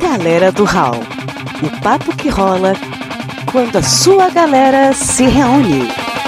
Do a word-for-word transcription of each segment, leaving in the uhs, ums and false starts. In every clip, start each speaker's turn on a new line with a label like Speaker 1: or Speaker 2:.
Speaker 1: Galera do Hall, o papo que rola quando a sua galera se reúne.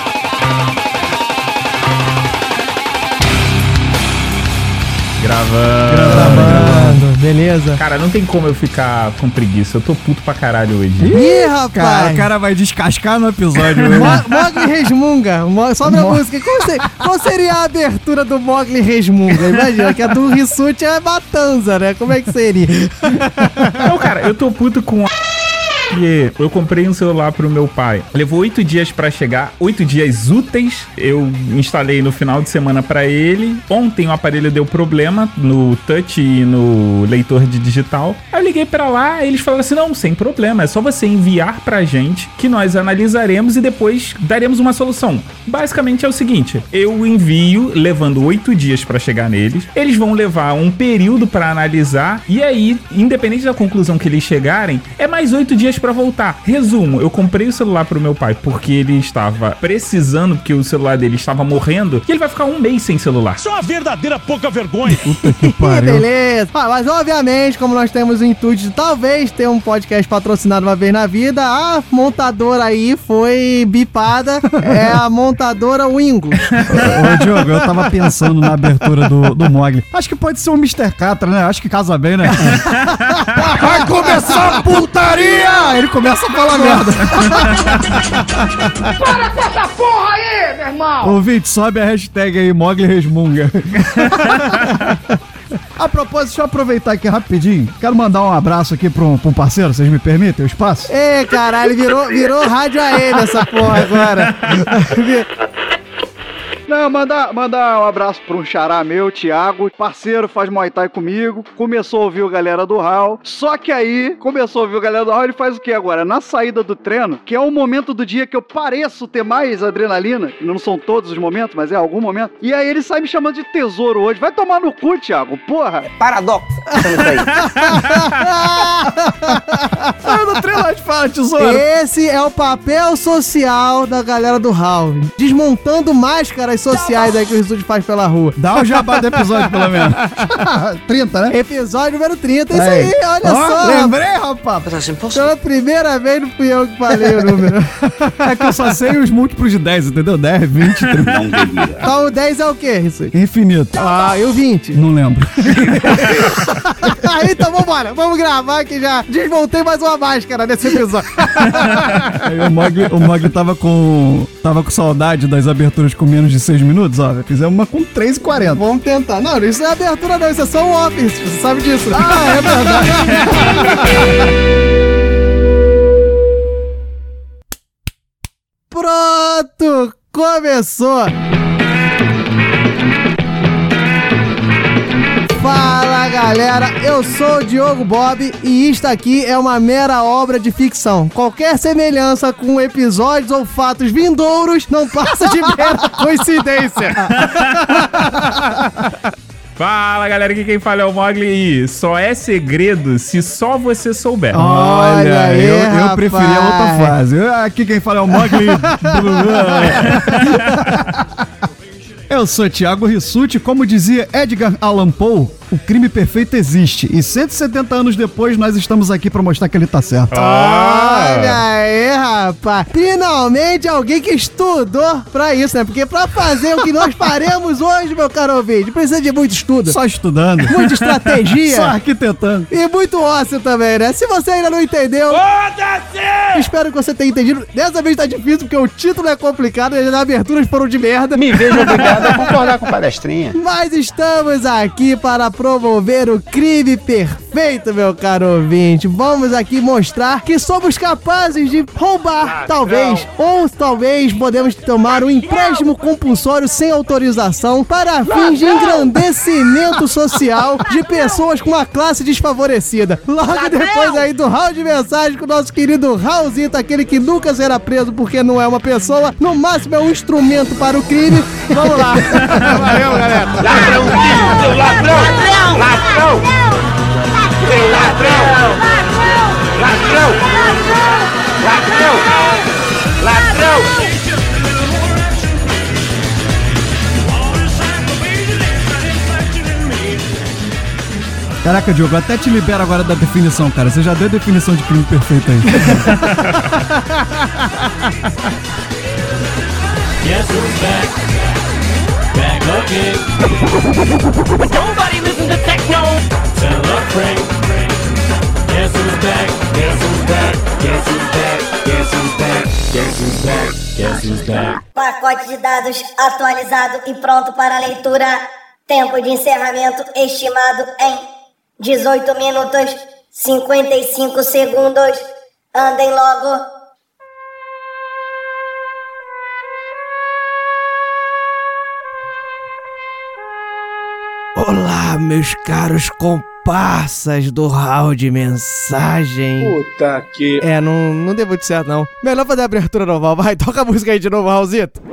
Speaker 2: Gravando.
Speaker 3: Gravando, beleza?
Speaker 2: Cara, não tem como eu ficar com preguiça. Eu tô puto pra caralho hoje.
Speaker 3: Ih, rapaz!
Speaker 4: Cara, o cara vai descascar no episódio hoje.
Speaker 3: Mo- Mogli Resmunga. Mo- Sobe a música. Qual, se- qual seria a abertura do Mogli Resmunga? Imagina, que a do Rissuti é Matanza, né? Como é que seria?
Speaker 2: Não, cara, eu tô puto com a... Porque eu comprei um celular pro meu pai. Levou oito dias pra chegar, oito dias úteis. Eu instalei no final de semana pra ele. Ontem o aparelho deu problema no touch e no leitor de digital. Aí eu liguei pra lá, eles falaram assim, não, sem problema, é só você enviar pra gente que nós analisaremos e depois daremos uma solução. Basicamente é o seguinte, eu envio levando oito dias pra chegar neles. Eles vão levar um período pra analisar e aí, independente da conclusão que eles chegarem, é mais oito dias pra voltar. Resumo, eu comprei o celular pro meu pai porque ele estava precisando, porque o celular dele estava morrendo, e ele vai ficar um mês sem celular.
Speaker 5: Isso é uma verdadeira pouca vergonha.
Speaker 4: Puta que pariu.
Speaker 3: Beleza. Ah, mas obviamente, como nós temos o intuito de talvez ter um podcast patrocinado uma vez na vida, a montadora aí foi bipada. É a montadora Wingo.
Speaker 4: Ô, Diogo, eu tava pensando na abertura do, do Mogli. Acho que pode ser um mister Catra, né? Acho que casa bem, né? Vai começar a putaria! Ele começa a falar merda.
Speaker 6: Para com essa porra aí, meu irmão!
Speaker 4: Ouvinte, sobe a hashtag aí, Mogli Resmunga. A propósito, deixa eu aproveitar aqui rapidinho. Quero mandar um abraço aqui pra um, pra um parceiro, vocês me permitem o espaço?
Speaker 3: Ê, caralho, virou, virou rádio A M essa porra agora.
Speaker 7: Não, mandar manda um abraço pra um xará meu, Thiago, parceiro, faz Muay Thai comigo, começou a ouvir o Galera do Hall, só que aí, começou a ouvir o Galera do Hall, ele faz o que agora? Na saída do treino, que é o momento do dia que eu pareço ter mais adrenalina, não são todos os momentos, mas é algum momento, e aí ele sai me chamando de tesouro hoje, vai tomar no cu, Thiago, porra!
Speaker 8: Paradoxo. Isso aí.
Speaker 4: Sai do treino, a gente fala, tesouro.
Speaker 3: Esse é o papel social da galera do Hall. Desmontando máscaras sociais aí que o Rissuti faz pela rua.
Speaker 4: Dá o jabá do episódio, pelo menos. trinta, né?
Speaker 3: Episódio número trinta, isso
Speaker 4: Aí.
Speaker 3: aí, olha
Speaker 4: Ó,
Speaker 3: só.
Speaker 4: lembrei, rapaz.
Speaker 3: Pela primeira vez não fui eu que falei o número.
Speaker 4: É que eu só sei os múltiplos de dez, entendeu? dez, vinte, trinta.
Speaker 3: Então o dez é o quê, Rissuti?
Speaker 4: Infinito.
Speaker 3: Ah, e o vinte?
Speaker 4: Não lembro.
Speaker 3: Aí, então vambora, vamos gravar que já desmontei mais uma máscara nesse episódio.
Speaker 4: Aí o Mogli, o Mogli tava com tava com saudade das aberturas com menos de seis minutos, ó. Fizemos uma com três e quarenta.
Speaker 3: Vamos tentar. Não, isso não é abertura não, isso é só um office, você sabe disso. né?
Speaker 4: Ah, é verdade.
Speaker 3: Pronto, começou. Fala galera, eu sou o Diogo Bob e isto aqui é uma mera obra de ficção. Qualquer semelhança com episódios ou fatos vindouros não passa de mera coincidência.
Speaker 2: Fala, galera, aqui quem fala é o Mogli e só é segredo se só você souber.
Speaker 3: Olha aí,
Speaker 4: eu, eu
Speaker 3: rapaz.
Speaker 4: preferia outra frase. Eu- Aqui quem fala é o Mogli. Eu sou Thiago Rissuti, como dizia Edgar Allan Poe, o crime perfeito existe. E cento e setenta anos depois, nós estamos aqui pra mostrar que ele tá certo.
Speaker 3: Olha aí, rapaz. Finalmente alguém que estudou pra isso, né? Porque pra fazer o que nós faremos hoje, meu caro ouvinte, precisa de muito estudo,
Speaker 4: Só estudando.
Speaker 3: muita estratégia.
Speaker 4: Só arquitetando.
Speaker 3: E muito ócio também, né? Se você ainda não entendeu,
Speaker 5: Foda-se!
Speaker 3: espero que você tenha entendido. Dessa vez tá difícil porque o título é complicado e as aberturas foram de merda.
Speaker 8: Me vejo obrigado a concordar com palestrinha.
Speaker 3: Mas estamos aqui para promover o crime perfeito, meu caro ouvinte. Vamos aqui mostrar que somos capazes de roubar, talvez, ou talvez podemos tomar um empréstimo compulsório sem autorização para fins de engrandecimento social de pessoas com uma classe desfavorecida. Logo depois aí do round de mensagem com o nosso querido Raulzito, aquele que nunca será preso porque não é uma pessoa, no máximo é um instrumento para o crime. Vamos lá. Valeu, galera.
Speaker 5: Ladrão, seu ladrão! Ladrão! Ladrão! Seu ladrão! Ladrão! Ladrão! Ladrão!
Speaker 4: Caraca, Diogo, até te libero agora da definição, cara. Você já deu a definição de crime perfeito aí.
Speaker 9: Guess who's back? Back again. Nobody listen to techno. Tell a friend. Guess who's back? Guess who's back? Guess who's back? Guess who's back? Guess who's back? Guess who's back?
Speaker 10: Pacote de dados atualizado e pronto para leitura. Tempo de encerramento estimado em dezoito minutos, cinquenta e cinco segundos. Andem logo.
Speaker 3: Olá, meus caros comparsas do hall de mensagem.
Speaker 5: Puta que...
Speaker 3: É, não, não deu muito certo, não. Melhor fazer a abertura normal. Vai, toca a música aí de novo, Raulzito.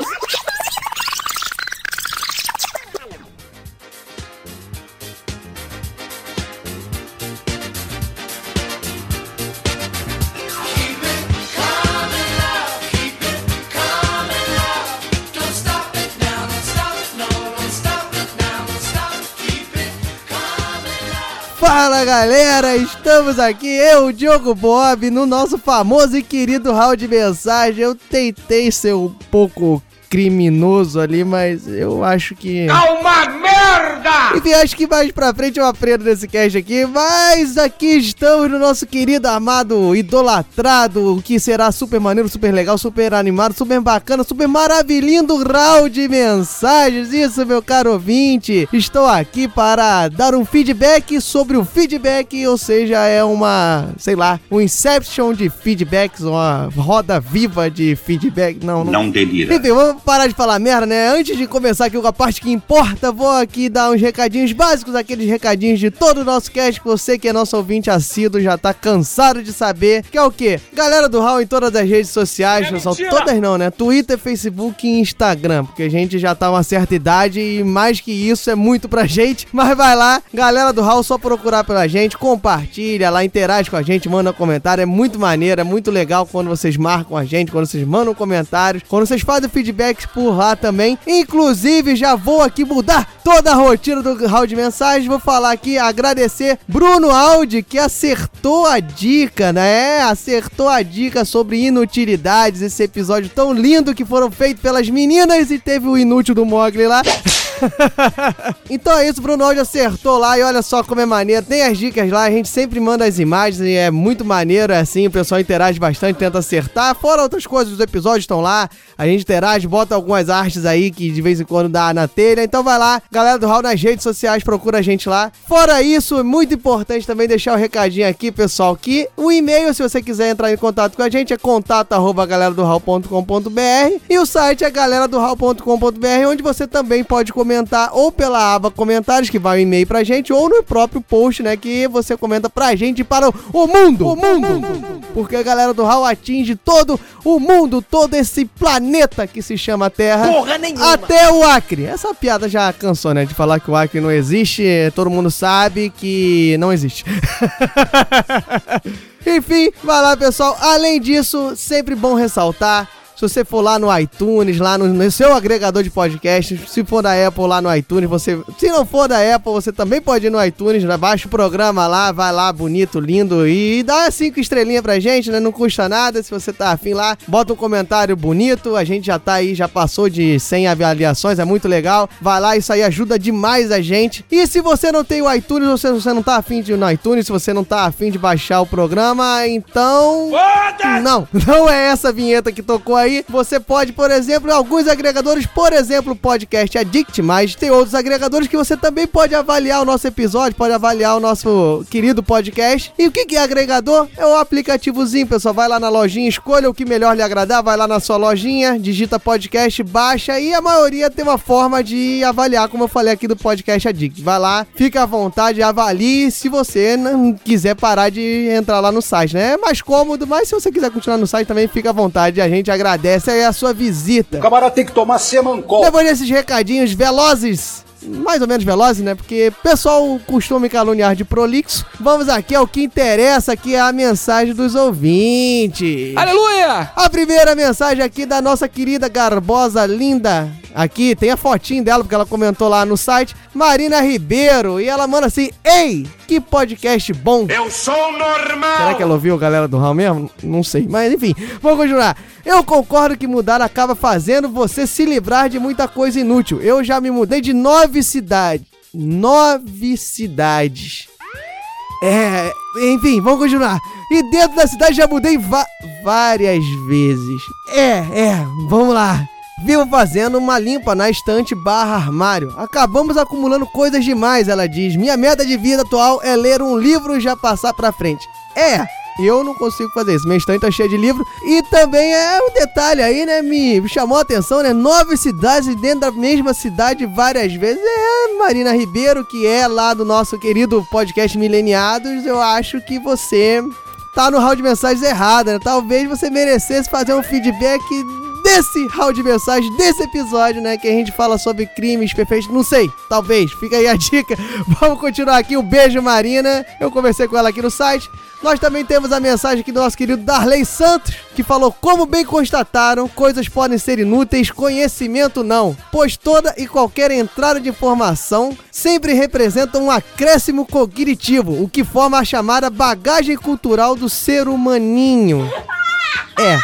Speaker 3: Fala galera, estamos aqui, eu, Diogo Bob, no nosso famoso e querido hall de mensagem. Eu tentei ser um pouco criminoso ali, mas eu acho que...
Speaker 6: É uma merda!
Speaker 3: Enfim, acho que mais pra frente eu aprendo nesse cast aqui, mas aqui estamos no nosso querido, amado, idolatrado, o que será super maneiro, super legal, super animado, super bacana, super maravilhindo hall de mensagens. Isso, meu caro ouvinte, estou aqui para dar um feedback sobre o feedback, ou seja, é uma, sei lá, um inception de feedbacks, uma roda viva de feedback. Não, não,
Speaker 5: Não delira.
Speaker 3: Enfim, vamos parar de falar merda, né? Antes de começar aqui com a parte que importa, vou aqui dar uns recadinhos básicos, aqueles recadinhos de todo o nosso cast, que você que é nosso ouvinte assíduo já tá cansado de saber, que é o quê? Galera do hall em todas as redes sociais,
Speaker 6: É
Speaker 3: pessoal,
Speaker 6: mentira!
Speaker 3: todas não, né? Twitter, Facebook e Instagram, porque a gente já tá uma certa idade e mais que isso é muito pra gente, mas vai lá, galera do hall, só procurar pela gente, compartilha lá, interage com a gente, manda comentário, é muito maneiro, é muito legal quando vocês marcam a gente, quando vocês mandam comentários, quando vocês fazem feedback por lá também. Inclusive, já vou aqui mudar toda a rotina do hall de mensagens. Vou falar aqui, agradecer Bruno Aldi, que acertou a dica, né? É, acertou a dica sobre inutilidades. Esse episódio tão lindo que foram feitos pelas meninas e teve o inútil do Mogli lá. Então é isso, Bruno Aldi acertou lá e olha só como é maneiro, tem as dicas lá, a gente sempre manda as imagens e é muito maneiro, é assim, o pessoal interage bastante, tenta acertar, fora outras coisas, os episódios estão lá, a gente interage, bota algumas artes aí que de vez em quando dá na telha, então vai lá, galera do hall nas redes sociais, procura a gente lá. Fora isso, é muito importante também deixar o um recadinho aqui, pessoal, que o e-mail, se você quiser entrar em contato com a gente, é contato arroba galera do hall ponto com ponto b r e o site é galera do hall ponto com ponto b r, onde você também pode comentar ou pela aba comentários, que vai o e-mail pra gente, ou no próprio post, né, que você comenta pra gente e para o, o mundo, o mundo, porque a galera do hall atinge todo o mundo, todo esse planeta que se chama Terra,
Speaker 6: Porra nenhuma!
Speaker 3: até o Acre. Essa piada já cansou, né, de falar que o Acre não existe, todo mundo sabe que não existe. Enfim, vai lá, pessoal. Além disso, sempre bom ressaltar, se você for lá no iTunes, lá no, no seu agregador de podcasts, se for da Apple lá no iTunes, você, se não for da Apple, você também pode ir no iTunes, né? Baixa o programa lá, vai lá, bonito, lindo, e dá cinco estrelinhas pra gente, né? Não custa nada, se você tá afim lá, bota um comentário bonito, a gente já tá aí, já passou de cem avaliações, é muito legal, vai lá, isso aí ajuda demais a gente. E se você não tem o iTunes, ou se você não tá afim de ir no iTunes, se você não tá afim de baixar o programa, então... Não, não é essa vinheta que tocou aí. Você pode, por exemplo, em alguns agregadores, por exemplo, o Podcast Addict, mas tem outros agregadores que você também pode avaliar o nosso episódio, pode avaliar o nosso querido podcast. E o que que é agregador? É um aplicativozinho, pessoal. Vai lá na lojinha, escolha o que melhor lhe agradar, vai lá na sua lojinha, digita podcast, baixa, e a maioria tem uma forma de avaliar, como eu falei aqui do Podcast Addict. Vai lá, fica à vontade, avalie, se você não quiser parar de entrar lá no site, né? É mais cômodo, mas se você quiser continuar no site também, fica à vontade, a gente agradece. Essa é a sua visita.
Speaker 5: O camarada tem que tomar semancol.
Speaker 3: Depois desses recadinhos velozes, mais ou menos velozes, né? Porque o pessoal costuma me caluniar de prolixo. Vamos aqui ao que interessa, que é a mensagem dos ouvintes.
Speaker 6: Aleluia!
Speaker 3: A primeira mensagem aqui da nossa querida, garbosa, linda, aqui, tem a fotinho dela, porque ela comentou lá no site, Marina Ribeiro, e ela manda assim, ei, que podcast bom.
Speaker 6: Eu sou normal.
Speaker 3: Será que ela ouviu a galera do Raul mesmo? Não sei, mas enfim, vamos continuar. Eu concordo que mudar acaba fazendo você se livrar de muita coisa inútil. Eu já me mudei de nove cidades. Nove cidades. É, enfim, vamos continuar. E dentro da cidade já mudei va- várias vezes. É, é, vamos lá. Vivo fazendo uma limpa na estante barra armário. Acabamos acumulando coisas demais, ela diz. Minha meta de vida atual é ler um livro e já passar pra frente. É, eu não consigo fazer isso. Minha estante tá cheia de livro. E também é um detalhe aí, né? Me chamou a atenção, né? Nove cidades e dentro da mesma cidade várias vezes. É, Marina Ribeiro, que é lá do nosso querido podcast Mileniados. Eu acho que você tá no round de mensagens errado, né? Talvez você merecesse fazer um feedback desse round de mensagens, desse episódio, né, que a gente fala sobre crimes perfeitos, não sei, talvez, fica aí a dica. Vamos continuar aqui, um beijo, Marina, eu conversei com ela aqui no site. Nós também temos a mensagem aqui do nosso querido Darley Santos, que falou, como bem constataram, coisas podem ser inúteis, conhecimento não, pois toda e qualquer entrada de informação sempre representa um acréscimo cognitivo, o que forma a chamada bagagem cultural do ser humaninho. É.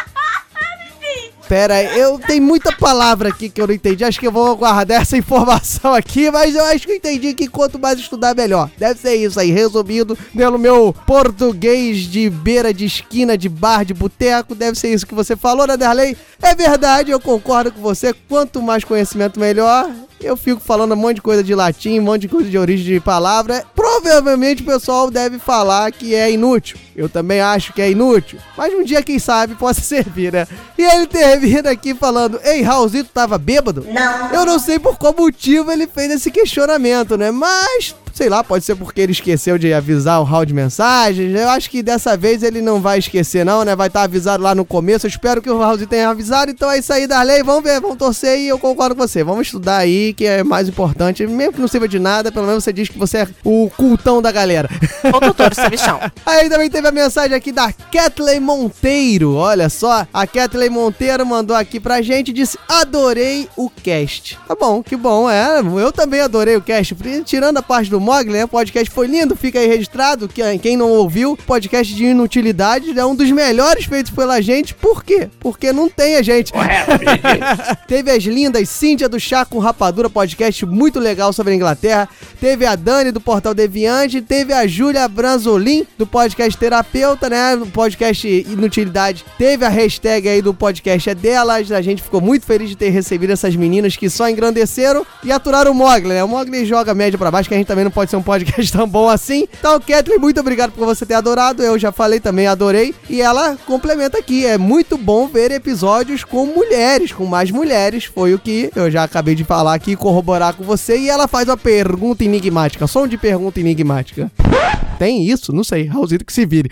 Speaker 3: Pera aí, eu tenho muita palavra aqui que eu não entendi, acho que eu vou guardar essa informação aqui, mas eu acho que eu entendi que quanto mais estudar, melhor. Deve ser isso aí, resumido pelo meu português de beira de esquina, de bar, de boteco, deve ser isso que você falou, né, Darley? É verdade, eu concordo com você, quanto mais conhecimento, melhor. Eu fico falando um monte de coisa de latim, um monte de coisa de origem de palavra. Provavelmente o pessoal deve falar que é inútil. Eu também acho que é inútil. Mas um dia, quem sabe, possa servir, né? E ele termina aqui falando, ei, Raulzito tava bêbado?
Speaker 10: Não.
Speaker 3: Eu não sei por qual motivo ele fez esse questionamento, né? Mas, sei lá, pode ser porque ele esqueceu de avisar o round de mensagens. Eu acho que dessa vez ele não vai esquecer não, né? Vai estar avisado lá no começo. Eu espero que o Raulzito tenha avisado. Então é isso aí, Darley. Vamos ver, vamos torcer e eu concordo com você. Vamos estudar aí, que é mais importante. Mesmo que não sirva de nada, pelo menos você diz que você é o cultão da galera.
Speaker 1: O doutor Sabichão.
Speaker 3: Aí também teve a mensagem aqui da Kathleen Monteiro. Olha só, a Kathleen Monteiro mandou aqui pra gente e disse, adorei o cast. Tá bom, que bom, é. Eu também adorei o cast. Tirando a parte do Mogli, né? O podcast foi lindo, fica aí registrado. Quem não ouviu, podcast de inutilidade é um dos melhores feitos pela gente. Por quê? Porque não tem a gente. Teve as lindas Cíntia do Chá com Rapadura, podcast muito legal sobre a Inglaterra. Teve a Dani do Portal Deviante. Teve a Júlia Branzolin do podcast Terapeuta, né? No podcast Inutilidade. Teve a hashtag aí do podcast é delas. A gente ficou muito feliz de ter recebido essas meninas que só engrandeceram e aturaram o Mogli, né? O Mogli joga a média pra baixo, que a gente também não pode ser um podcast tão bom assim. Então, Kathleen, muito obrigado por você ter adorado. Eu já falei também, adorei. E ela complementa aqui. É muito bom ver episódios com mulheres, com mais mulheres. Foi o que eu já acabei de falar aqui, corroborar com você. E ela faz uma pergunta enigmática. Som de pergunta enigmática. Tem isso? Não sei. Raulzito que se vire.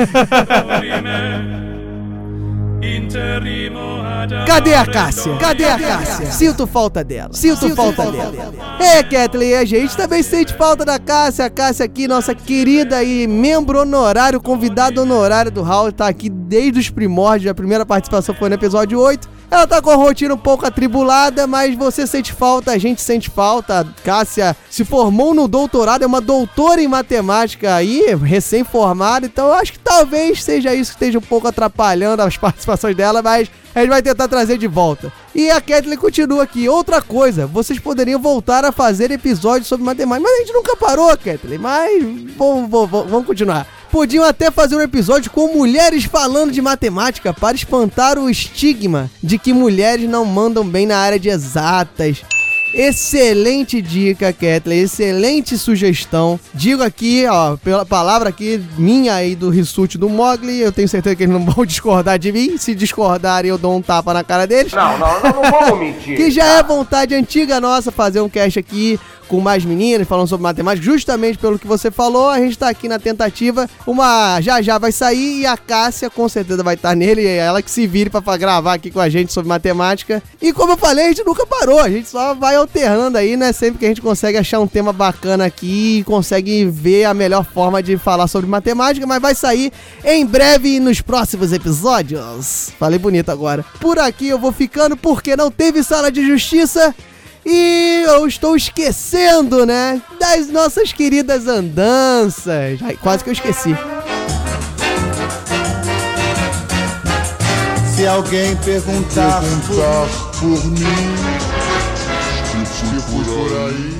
Speaker 3: Cadê a Cássia? Cadê a Cássia? Sinto falta dela. Sinto, Sinto falta, falta dela. dela. É, Kathleen, a gente também sente falta da Cássia. A Cássia aqui, nossa querida e membro honorário, convidado honorário do Raul, tá aqui desde os primórdios. A primeira participação foi no episódio oito. Ela tá com a rotina um pouco atribulada, mas você sente falta, a gente sente falta. A Cássia se formou no doutorado, é uma doutora em matemática aí, recém-formada, então eu acho que talvez seja isso que esteja um pouco atrapalhando as participações dela, mas a gente vai tentar trazer de volta. E a Kathleen continua aqui. Outra coisa, vocês poderiam voltar a fazer episódios sobre matemática, mas a gente nunca parou, Kathleen, mas vamos, vamos, vamos continuar. Podiam até fazer um episódio com mulheres falando de matemática para espantar o estigma de que mulheres não mandam bem na área de exatas. Excelente dica, Kathleen, excelente sugestão. Digo aqui, ó, pela palavra aqui minha aí do Rissuti do Mogli, eu tenho certeza que eles não vão discordar de mim. Se discordarem, eu dou um tapa na cara deles.
Speaker 6: Não, não, não, não vamos mentir.
Speaker 3: Que já é vontade antiga nossa fazer um cast aqui com mais meninas falando sobre matemática, justamente pelo que você falou. A gente tá aqui na tentativa, uma já já vai sair e a Cássia com certeza vai estar nele, é ela que se vire pra gravar aqui com a gente sobre matemática. E como eu falei, a gente nunca parou, a gente só vai alternando aí, né? Sempre que a gente consegue achar um tema bacana aqui e consegue ver a melhor forma de falar sobre matemática, mas vai sair em breve nos próximos episódios. Falei bonito agora. Por aqui eu vou ficando porque não teve sala de justiça e eu estou esquecendo, né? Das nossas queridas andanças. Ai, quase que eu esqueci.
Speaker 11: Se alguém perguntar, perguntar por, por mim, se fui por aí.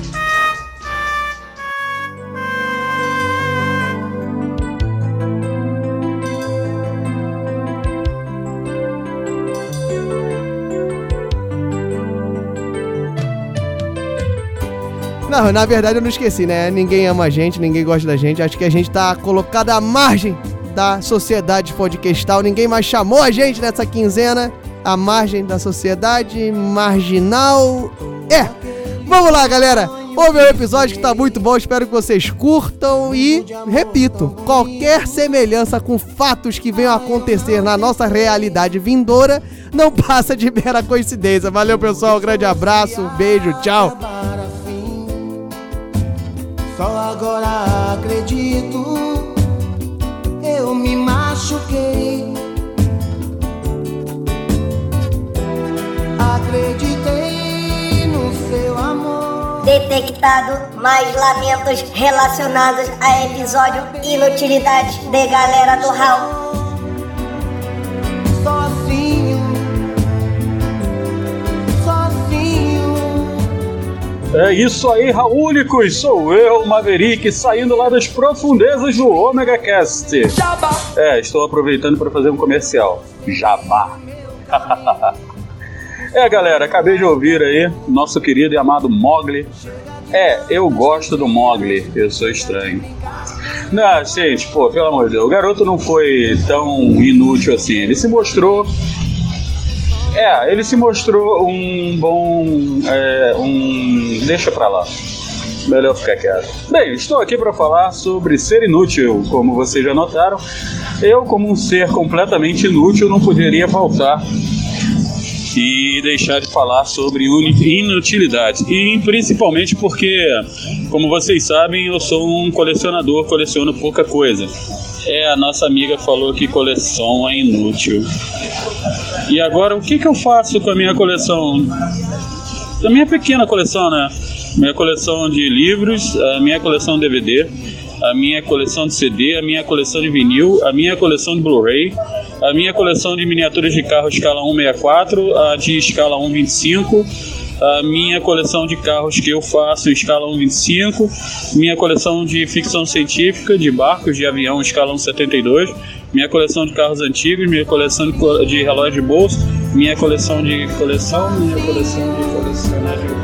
Speaker 3: Não, na verdade eu não esqueci, né? Ninguém ama a gente, ninguém gosta da gente. Acho que a gente tá colocado à margem da sociedade podcastal. Ninguém mais chamou a gente nessa quinzena. A margem da sociedade marginal. É! Vamos lá, galera! Ouve o episódio que tá muito bom. Espero que vocês curtam. E, repito, qualquer semelhança com fatos que venham a acontecer na nossa realidade vindoura não passa de mera coincidência. Valeu, pessoal. Um grande abraço. Beijo. Tchau.
Speaker 12: Só agora acredito. Eu me machuquei. Acreditei no seu amor.
Speaker 10: Detectado mais lamentos relacionados a episódio Inutilidade de Galera do Hall.
Speaker 12: Sozinho, sozinho.
Speaker 13: É isso aí, Raúlicos! Sou eu, Maverick, saindo lá das profundezas do Omega Cast. Jabá! É, estou aproveitando para fazer um comercial. Jabá! É, galera, acabei de ouvir aí nosso querido e amado Mogli. É, eu gosto do Mogli, eu sou estranho. Não, gente, pô, pelo amor de Deus, o garoto não foi tão inútil assim. Ele se mostrou... É, ele se mostrou um bom... É, um... Deixa pra lá. Melhor ficar quieto. Bem, estou aqui para falar sobre ser inútil. Como vocês já notaram, eu, como um ser completamente inútil, não poderia faltar e deixar de falar sobre inutilidade. E principalmente porque, como vocês sabem, eu sou um colecionador, coleciono pouca coisa. É, a nossa amiga falou que coleção é inútil. E agora, o que, que eu faço com a minha coleção? A minha pequena coleção, né? Minha coleção de livros, a minha coleção de D V D, a minha coleção de C D, a minha coleção de vinil, a minha coleção de Blu-ray, a minha coleção de miniaturas de carro escala cento e sessenta e quatro, a de escala cento e vinte e cinco, a minha coleção de carros que eu faço em escala cento e vinte e cinco, minha coleção de ficção científica, de barcos, de avião escala cento e setenta e dois, minha coleção de carros antigos, minha coleção de, co- de relógio de bolso, minha coleção de coleção, minha coleção de colecionável.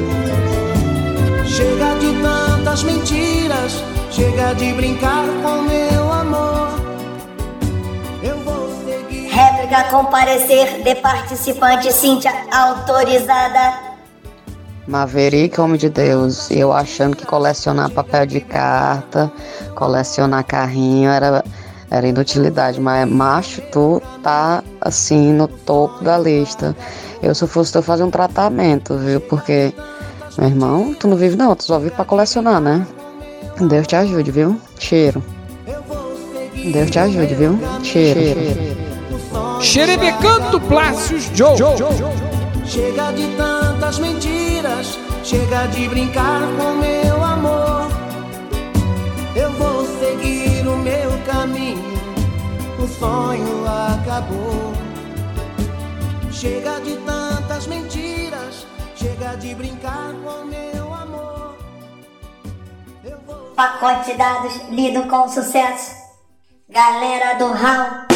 Speaker 12: Chega de tantas mentiras, chega de brincar com meu amor. Eu vou seguir.
Speaker 10: Réplica com parecer de participante Cíntia autorizada.
Speaker 14: Maverick, homem de Deus, eu achando que colecionar papel de carta, colecionar carrinho era, era inutilidade, mas macho, tu tá assim no topo da lista. Eu, se fosse tu, fazer um tratamento, viu? Porque, meu irmão, tu não vive não, tu só vive pra colecionar, né? Deus te ajude, viu? Cheiro. Deus te ajude, viu? Cheiro.
Speaker 12: Xerebecanto Plácios Joe. Chega de tantas mentiras, chega de brincar com meu amor. Eu vou seguir o meu caminho, o sonho acabou. Chega de tantas mentiras, chega de brincar com meu amor. Eu vou...
Speaker 10: Pacote de dados lido com sucesso. Galera do Hall.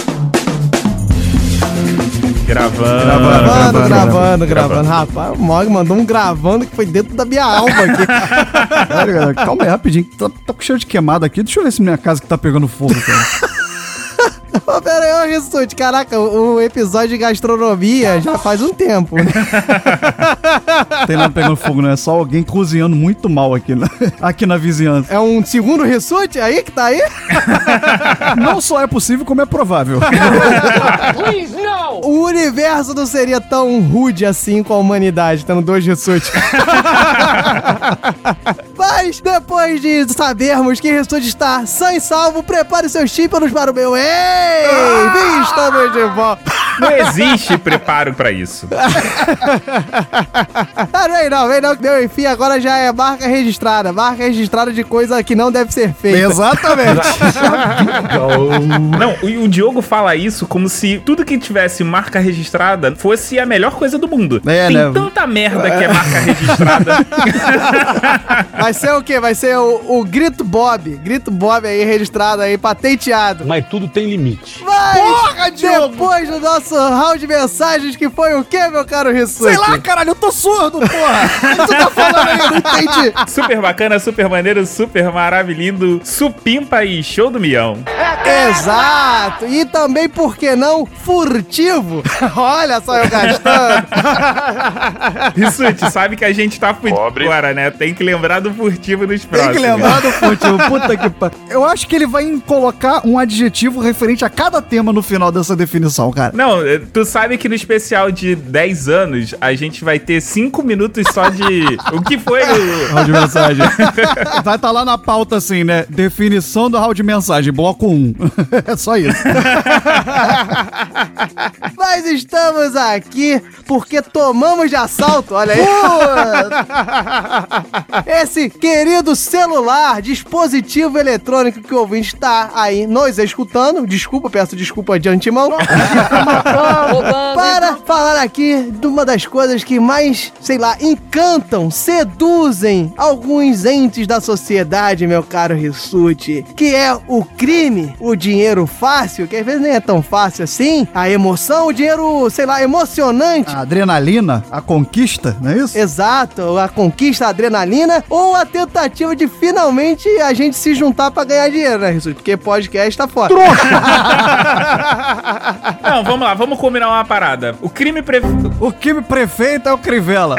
Speaker 2: Gravando,
Speaker 3: Gravando, gravando, gravando.
Speaker 2: gravando.
Speaker 3: Rapaz, o Mog mandou um gravando que foi dentro da minha alma aqui.
Speaker 4: Cara, galera, calma aí, rapidinho. Tá, tá com cheiro de queimado aqui. Deixa eu ver se minha casa que tá pegando fogo, cara.
Speaker 3: Ô, pera aí, ô, Rissuti, caraca, o, o episódio de gastronomia já faz um tempo, né?
Speaker 4: Tem nada pegando fogo, não é só alguém cozinhando muito mal aqui na, aqui na vizinhança.
Speaker 3: É um segundo Rissuti aí que tá aí?
Speaker 4: Não só é possível, como é provável.
Speaker 3: Please, no! O universo não seria tão rude assim com a humanidade, tendo dois Rissuti. Mas, depois de sabermos que Rissuti está sã e salvo, prepare seus tímpanos para o meu... Ei! Ah! Estamos de volta!
Speaker 2: Não existe preparo pra isso.
Speaker 3: Ah, vem não, vem não, que deu enfim, agora já é marca registrada. Marca registrada de coisa que não deve ser feita.
Speaker 4: Exatamente.
Speaker 2: Não, o, o Diogo fala isso como se tudo que tivesse marca registrada fosse a melhor coisa do mundo.
Speaker 4: É,
Speaker 2: Tem
Speaker 4: né?
Speaker 2: tanta merda que é marca registrada.
Speaker 3: Vai ser o quê? Vai ser o, o Grito Bob. Grito Bob aí, registrado aí, patenteado.
Speaker 15: Mas tudo tem limite.
Speaker 3: Mas,
Speaker 4: Porra, Diogo!
Speaker 3: depois do nosso round de mensagens, que foi o quê, meu caro Rissuti?
Speaker 4: Sei lá, caralho, eu tô surdo, porra! O que tu tá falando aí? Eu não entendi.
Speaker 2: Super bacana, super maneiro, super maravilhoso, supimpa e show do milhão.
Speaker 3: Exato! E também, por que não, furtivo? Olha só eu gastando.
Speaker 2: Rissuti, sabe que a gente tá fudido agora, né? Tem que lembrar do furtivo nos próximos.
Speaker 4: Tem que lembrar do furtivo, puta que pariu. Eu acho que ele vai colocar um adjetivo referente a cada tema no final dessa definição, cara.
Speaker 2: Não, tu sabe que no especial de dez anos, a gente vai ter cinco minutos só de... O que foi o...
Speaker 4: Round de mensagem. Vai estar tá lá na pauta assim, né? Definição do round de mensagem, bloco um. É só isso.
Speaker 3: Mas estamos aqui porque tomamos de assalto, olha aí. Esse querido celular, dispositivo eletrônico que o ouvinte está aí nos escutando. Desculpa, peço desculpa de antemão. Para falar aqui de uma das coisas que mais, sei lá, encantam, seduzem alguns entes da sociedade, meu caro Rissuti, que é o crime, o dinheiro fácil, que às vezes nem é tão fácil assim, a emoção, o dinheiro, sei lá, emocionante.
Speaker 4: A adrenalina, a conquista, não é isso?
Speaker 3: Exato, a conquista, a adrenalina, ou a tentativa de finalmente a gente se juntar pra ganhar dinheiro, né, Rissuti? Porque podcast tá fora.
Speaker 2: Não, vamos lá, vamos combinar uma parada. O crime prefeito...
Speaker 4: O crime prefeito é o Crivella.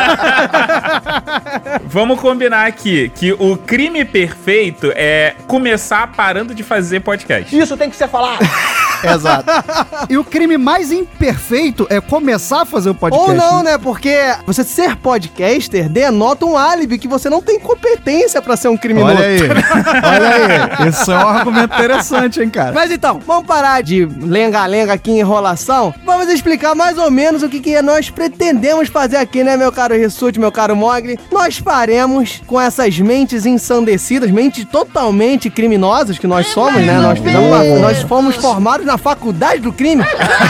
Speaker 2: Vamos combinar aqui que o crime perfeito é começar parando de fazer podcast.
Speaker 15: Isso tem que ser falado.
Speaker 4: Exato. E o crime mais imperfeito é começar a fazer o podcast.
Speaker 3: Ou não, né? Porque você ser podcaster denota um álibi que você não tem competência pra ser um criminoso.
Speaker 4: Olha aí. Olha aí. Isso é um argumento interessante, hein, cara?
Speaker 3: Mas então, vamos parar de lenga-lenga aqui em enrolação. Vamos explicar mais ou menos o que, que nós pretendemos fazer aqui, né, meu caro Rissuti, meu caro Mogli? Nós faremos com essas mentes ensandecidas, mentes totalmente criminosas que nós somos, né? Nós, fizemos uma, nós fomos formados na faculdade do crime.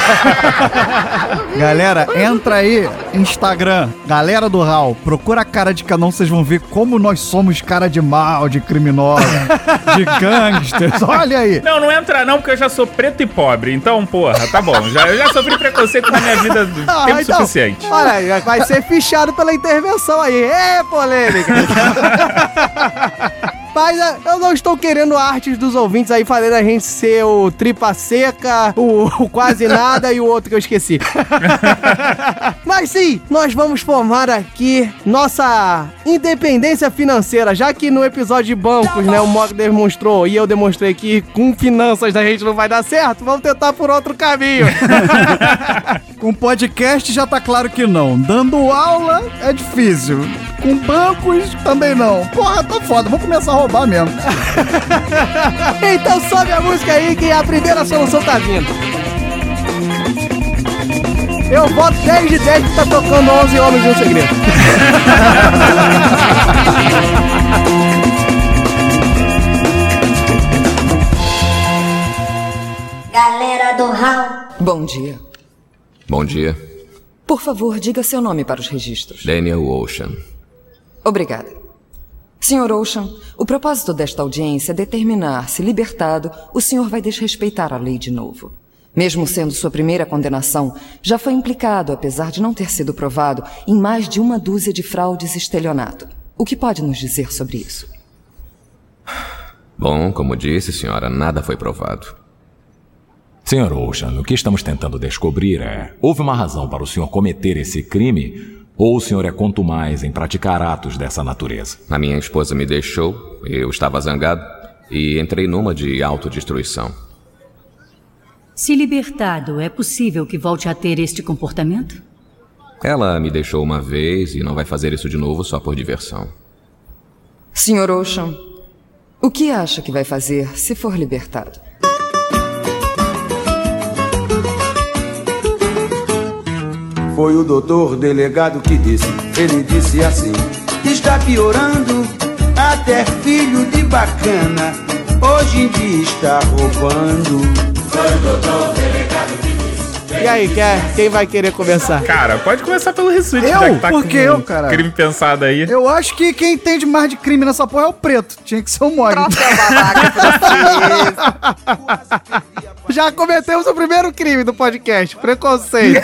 Speaker 4: Galera, entra aí, Instagram, galera do Hall, procura a cara de cada um, vocês vão ver como nós somos cara de mal, de criminosos, de gangsters, olha aí.
Speaker 2: Não, não entra não, porque eu já sou preto e pobre, então, porra, tá bom, já, eu já sofri preconceito na minha vida do
Speaker 3: Ah,
Speaker 2: tempo
Speaker 3: então,
Speaker 2: suficiente.
Speaker 3: Olha, vai ser fichado pela intervenção aí. É polêmica. Mas eu não estou querendo artes dos ouvintes aí fazendo a gente ser o tripa seca, o, o quase nada e o outro que eu esqueci. Mas sim, nós vamos formar aqui nossa independência financeira, já que no episódio de bancos, né, o Mog demonstrou e eu demonstrei que com finanças da gente não vai dar certo, vamos tentar por outro caminho.
Speaker 4: Com podcast já tá claro que não. Dando aula é difícil. Com bancos também não. Porra, tá foda. Vamos começar a roubar mesmo.
Speaker 3: Então sobe a música aí que a primeira solução tá vindo. Eu voto dez de dez que tá tocando onze Homens e um Segredo.
Speaker 10: Galera do Hall.
Speaker 16: Bom dia.
Speaker 17: Bom dia.
Speaker 16: Por favor, diga seu nome para os registros.
Speaker 17: Daniel Ocean.
Speaker 16: Obrigada. senhor Ocean, o propósito desta audiência é determinar se, libertado, o senhor vai desrespeitar a lei de novo. Mesmo sendo sua primeira condenação, já foi implicado, apesar de não ter sido provado, em mais de uma dúzia de fraudes e estelionato. O que pode nos dizer sobre isso?
Speaker 17: Bom, como disse, senhora, nada foi provado. senhor Ocean, o que estamos tentando descobrir é: houve uma razão para o senhor cometer esse crime, ou o senhor é contumaz em praticar atos dessa natureza?
Speaker 15: A minha esposa me deixou, eu estava zangado e entrei numa de autodestruição.
Speaker 18: Se libertado, é possível que volte a ter este comportamento?
Speaker 15: Ela me deixou uma vez e não vai fazer isso de novo só por diversão.
Speaker 16: senhor Ocean, o que acha que vai fazer se for libertado?
Speaker 12: Foi o doutor delegado que disse, ele disse assim: está piorando, até filho de bacana, hoje em dia está roubando. Foi o doutor delegado que disse.
Speaker 3: E aí, quer, quem vai querer começar?
Speaker 2: Cara, pode começar pelo Rissuti.
Speaker 4: Eu?
Speaker 2: Já que tá
Speaker 4: Por
Speaker 2: com
Speaker 4: que eu, cara?
Speaker 2: crime pensado aí.
Speaker 4: Eu acho que quem entende mais de crime nessa porra é o preto. Tinha que ser o Mogli.
Speaker 3: Já cometemos o primeiro crime do podcast, preconceito.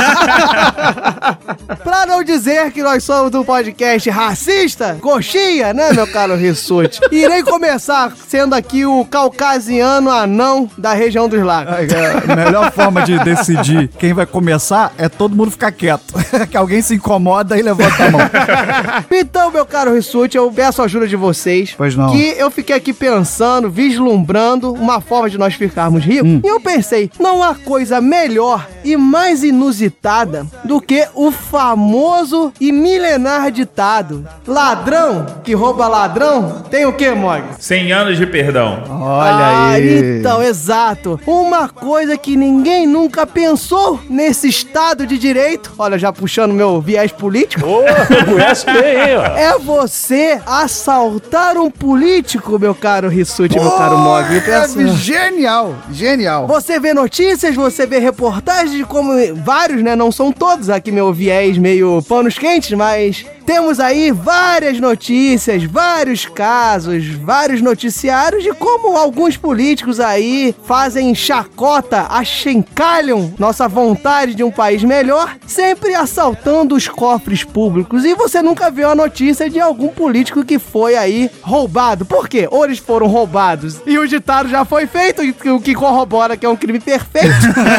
Speaker 3: Pra não dizer que nós somos um podcast racista, coxinha, né, meu caro Rissuti? Irei começar sendo aqui o caucasiano anão da região dos lagos.
Speaker 4: A melhor forma de decidir quem vai começar é todo mundo ficar quieto. Que alguém se incomoda e levanta a mão.
Speaker 3: Então, meu caro Rissuti, eu peço a ajuda de vocês.
Speaker 4: Pois não.
Speaker 3: Que eu fiquei aqui pensando, vislumbrando uma forma de nós ficarmos ricos. Hum. E eu pensei, não há coisa melhor e mais inusitada do que o famoso e milenar ditado: ladrão que rouba ladrão tem o quê, Mog?
Speaker 2: cem anos de perdão.
Speaker 3: Olha ah, aí. Então, exato. Uma coisa que ninguém nunca pensou nesse Estado de Direito, olha, já puxando meu viés político.
Speaker 5: Ô, conhece bem, ó.
Speaker 3: É você assaltar um político, meu caro Rissuti, meu caro Mog.
Speaker 4: É genial, genial.
Speaker 3: Você vê notícias, você vê reportagens de como vários, né, não são todos, aqui meu viés meio panos quentes, mas temos aí várias notícias, vários casos, vários noticiários de como alguns políticos aí fazem chacota, achincalham nossa vontade de um país melhor, sempre assaltando os cofres públicos. E você nunca viu a notícia de algum político que foi aí roubado. Por quê? Ou eles foram roubados e o ditado já foi feito, o que corrobora que é um crime perfeito.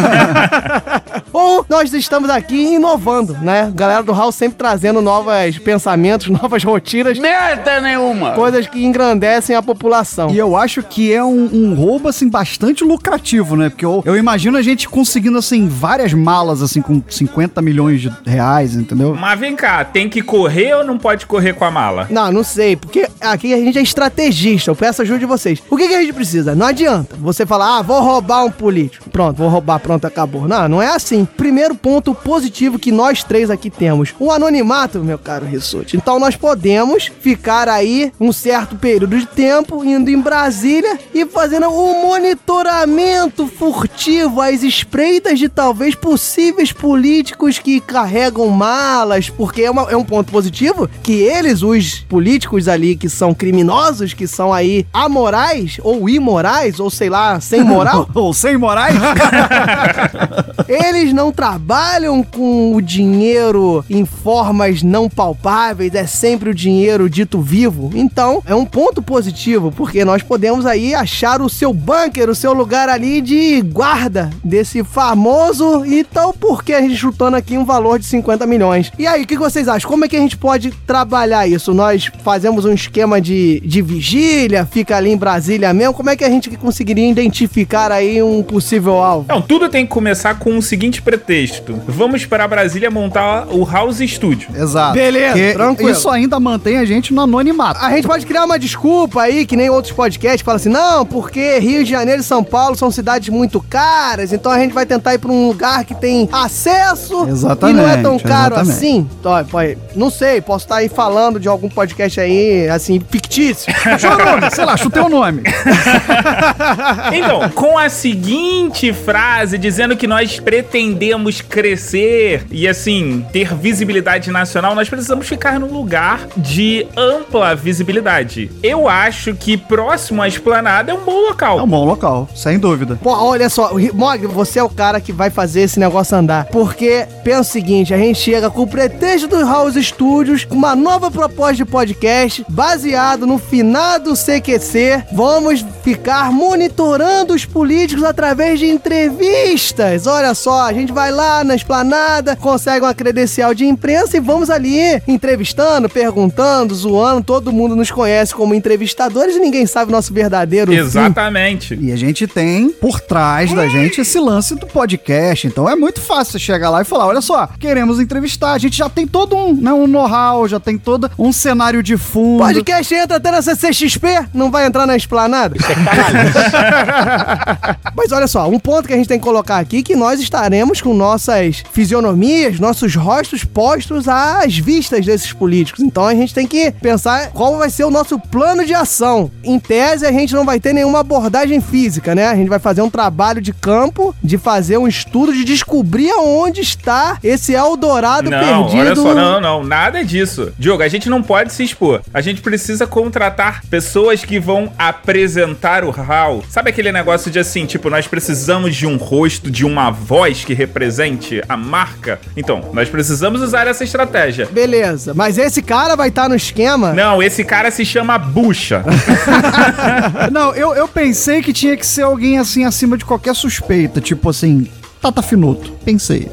Speaker 3: Ou nós estamos aqui inovando, né? Galera do Hall sempre trazendo novas pensamentos, novas rotinas.
Speaker 5: Merda nenhuma!
Speaker 3: Coisas que engrandecem a população.
Speaker 4: E eu acho que é um, um roubo, assim, bastante lucrativo, né? Porque eu, eu imagino a gente conseguindo, assim, várias malas, assim, com cinquenta milhões de reais, entendeu?
Speaker 2: Mas vem cá, tem que correr ou não pode correr com a mala?
Speaker 3: Não, não sei, porque aqui a gente é estrategista, eu peço ajuda de vocês. O que, que a gente precisa? Não adianta você falar, ah, vou roubar um político. Pronto, vou roubar, pronto, acabou. Não, não é assim. Primeiro ponto positivo que nós três aqui temos, o anonimato, meu caro Rissuti. Então nós podemos ficar aí um certo período de tempo indo em Brasília e fazendo um monitoramento furtivo às espreitas de talvez possíveis políticos que carregam malas, porque é, uma, é um ponto positivo que eles, os políticos ali que são criminosos, que são aí amorais ou imorais, ou sei lá, sem moral.
Speaker 4: Ou sem morais.
Speaker 3: Eles não trabalham com o dinheiro em formas não palpáveis, é sempre o dinheiro dito vivo. Então, é um ponto positivo, porque nós podemos aí achar o seu bunker, o seu lugar ali de guarda desse famoso. Então, por que a gente chutando aqui um valor de cinquenta milhões? E aí, o que vocês acham? Como é que a gente pode trabalhar isso? Nós fazemos um esquema de, de vigília, fica ali em Brasília mesmo? Como é que a gente conseguiria identificar aí um possível alvo?
Speaker 2: Não, tudo tem que começar com o seguinte pretexto: vamos para Brasília montar o House Studio.
Speaker 4: Exato.
Speaker 3: Beleza,
Speaker 4: que
Speaker 3: tranquilo.
Speaker 4: Isso ainda mantém a gente no anonimato.
Speaker 3: A gente pode criar uma desculpa aí, que nem outros podcasts, fala assim, não, porque Rio de Janeiro e São Paulo são cidades muito caras, então a gente vai tentar ir pra um lugar que tem acesso.
Speaker 4: Exatamente,
Speaker 3: e não é tão caro
Speaker 4: exatamente.
Speaker 3: assim. Então, pode, não sei, posso estar aí falando de algum podcast aí, assim, fictício.
Speaker 4: Chuta o nome, sei lá, chutei o nome.
Speaker 2: Então, com a seguinte frase, dizendo que nós pretendemos pretendemos crescer e, assim, ter visibilidade nacional, nós precisamos ficar num lugar de ampla visibilidade. Eu acho que próximo à Esplanada é um bom local.
Speaker 4: É um bom local, sem dúvida.
Speaker 3: Pô, olha só, Mogli, você é o cara que vai fazer esse negócio andar. Porque, pensa o seguinte, a gente chega com o pretexto do House Studios, com uma nova proposta de podcast, baseado no finado C Q C. Vamos ficar monitorando os políticos através de entrevistas. Olha só, a gente vai lá na Esplanada, consegue uma credencial de imprensa e vamos ali entrevistando, perguntando, zoando. Todo mundo nos conhece como entrevistadores e ninguém sabe o nosso verdadeiro
Speaker 2: Exatamente.
Speaker 4: Fim. E a gente tem por trás da gente esse lance do podcast. Então é muito fácil você chegar lá e falar, olha só, queremos entrevistar. A gente já tem todo um, né, um know-how, já tem todo um cenário de fundo.
Speaker 3: Podcast entra até na C C X P, não vai entrar na Esplanada? Mas olha só, um ponto que a gente tem que colocar aqui é que nós estaremos com nossas fisionomias, nossos rostos postos às vistas desses políticos. Então a gente tem que pensar qual vai ser o nosso plano de ação. Em tese, a gente não vai ter nenhuma abordagem física, né? A gente vai fazer um trabalho de campo, de fazer um estudo, de descobrir aonde está esse Eldorado
Speaker 2: não,
Speaker 3: perdido.
Speaker 2: Olha só, não, não, nada disso. Diogo, a gente não pode se expor. A gente precisa contratar pessoas que vão apresentar o Hall. Sabe aquele negócio de assim, tipo, nós precisamos de um rosto, de uma voz que represente a marca? Então, nós precisamos usar essa estratégia.
Speaker 3: Beleza, mas esse cara vai estar no esquema?
Speaker 2: Não, esse cara se chama Bucha.
Speaker 4: Não, eu, eu pensei que tinha que ser alguém assim acima de qualquer suspeita, tipo assim, Tata Finoto, pensei.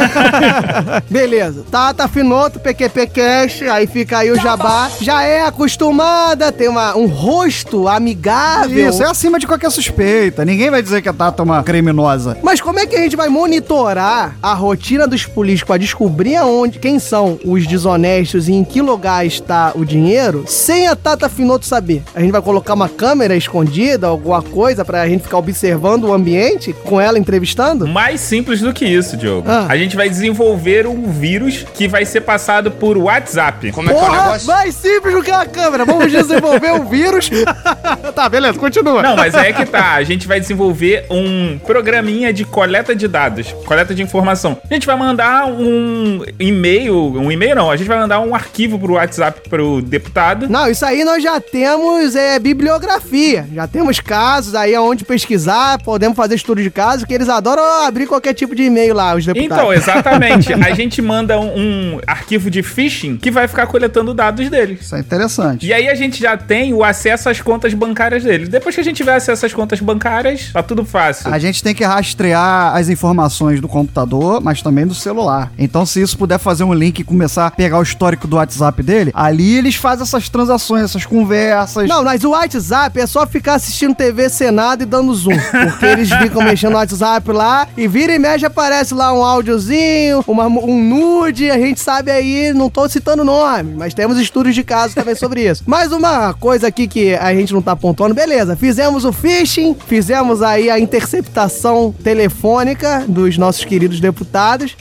Speaker 3: Beleza, Tata Finoto, P Q P Cash, aí fica aí o jabá. Já é acostumada, tem uma, um rosto amigável.
Speaker 4: Isso, é acima de qualquer suspeita. Ninguém vai dizer que a Tata é uma criminosa.
Speaker 3: Mas como é que a gente vai monitorar a rotina dos políticos pra descobrir aonde, quem são os desonestos e em que lugar está o dinheiro, sem a Tata Finoto saber? A gente vai colocar uma câmera escondida, alguma coisa, pra gente ficar observando o ambiente, com ela entrevistando?
Speaker 2: Mais simples do que isso, Diogo.
Speaker 3: Ah.
Speaker 2: A gente vai desenvolver um vírus que vai ser passado por WhatsApp.
Speaker 3: Como é que é o negócio? Mais simples do que a câmera. Vamos desenvolver um vírus. Tá, beleza, continua.
Speaker 2: Não, mas é que tá. A gente vai desenvolver um programinha de coleta de dados, coleta de informação. A gente vai mandar um e-mail, um e-mail não, a gente vai mandar um arquivo pro WhatsApp pro deputado.
Speaker 3: Não, isso aí nós já temos é, bibliografia. Já temos casos aí onde pesquisar, podemos fazer estudo de casos, que eles adoram abrir qualquer tipo de e-mail lá, os deputados.
Speaker 2: Então, exatamente. A gente manda um, um arquivo de phishing que vai ficar coletando dados deles.
Speaker 4: Isso é interessante.
Speaker 2: E aí a gente já tem o acesso às contas bancárias deles. Depois que a gente tiver acesso às contas bancárias, tá tudo fácil.
Speaker 4: A gente tem que rastrear as informações do computador, mas também do celular. Então, se isso puder fazer um link e começar a pegar o histórico do WhatsApp dele, ali eles fazem essas transações, essas conversas.
Speaker 3: Não, mas o WhatsApp é só ficar assistindo T V Senado e dando zoom. Porque eles ficam mexendo no WhatsApp lá e vira e mexe aparece lá um áudiozinho, uma, um nude, a gente sabe aí, não tô citando nome, mas temos estudos de caso também sobre isso. Mais uma coisa aqui que a gente não tá pontuando, beleza, fizemos o phishing, fizemos aí a interceptação telefônica dos nossos queridos deputados,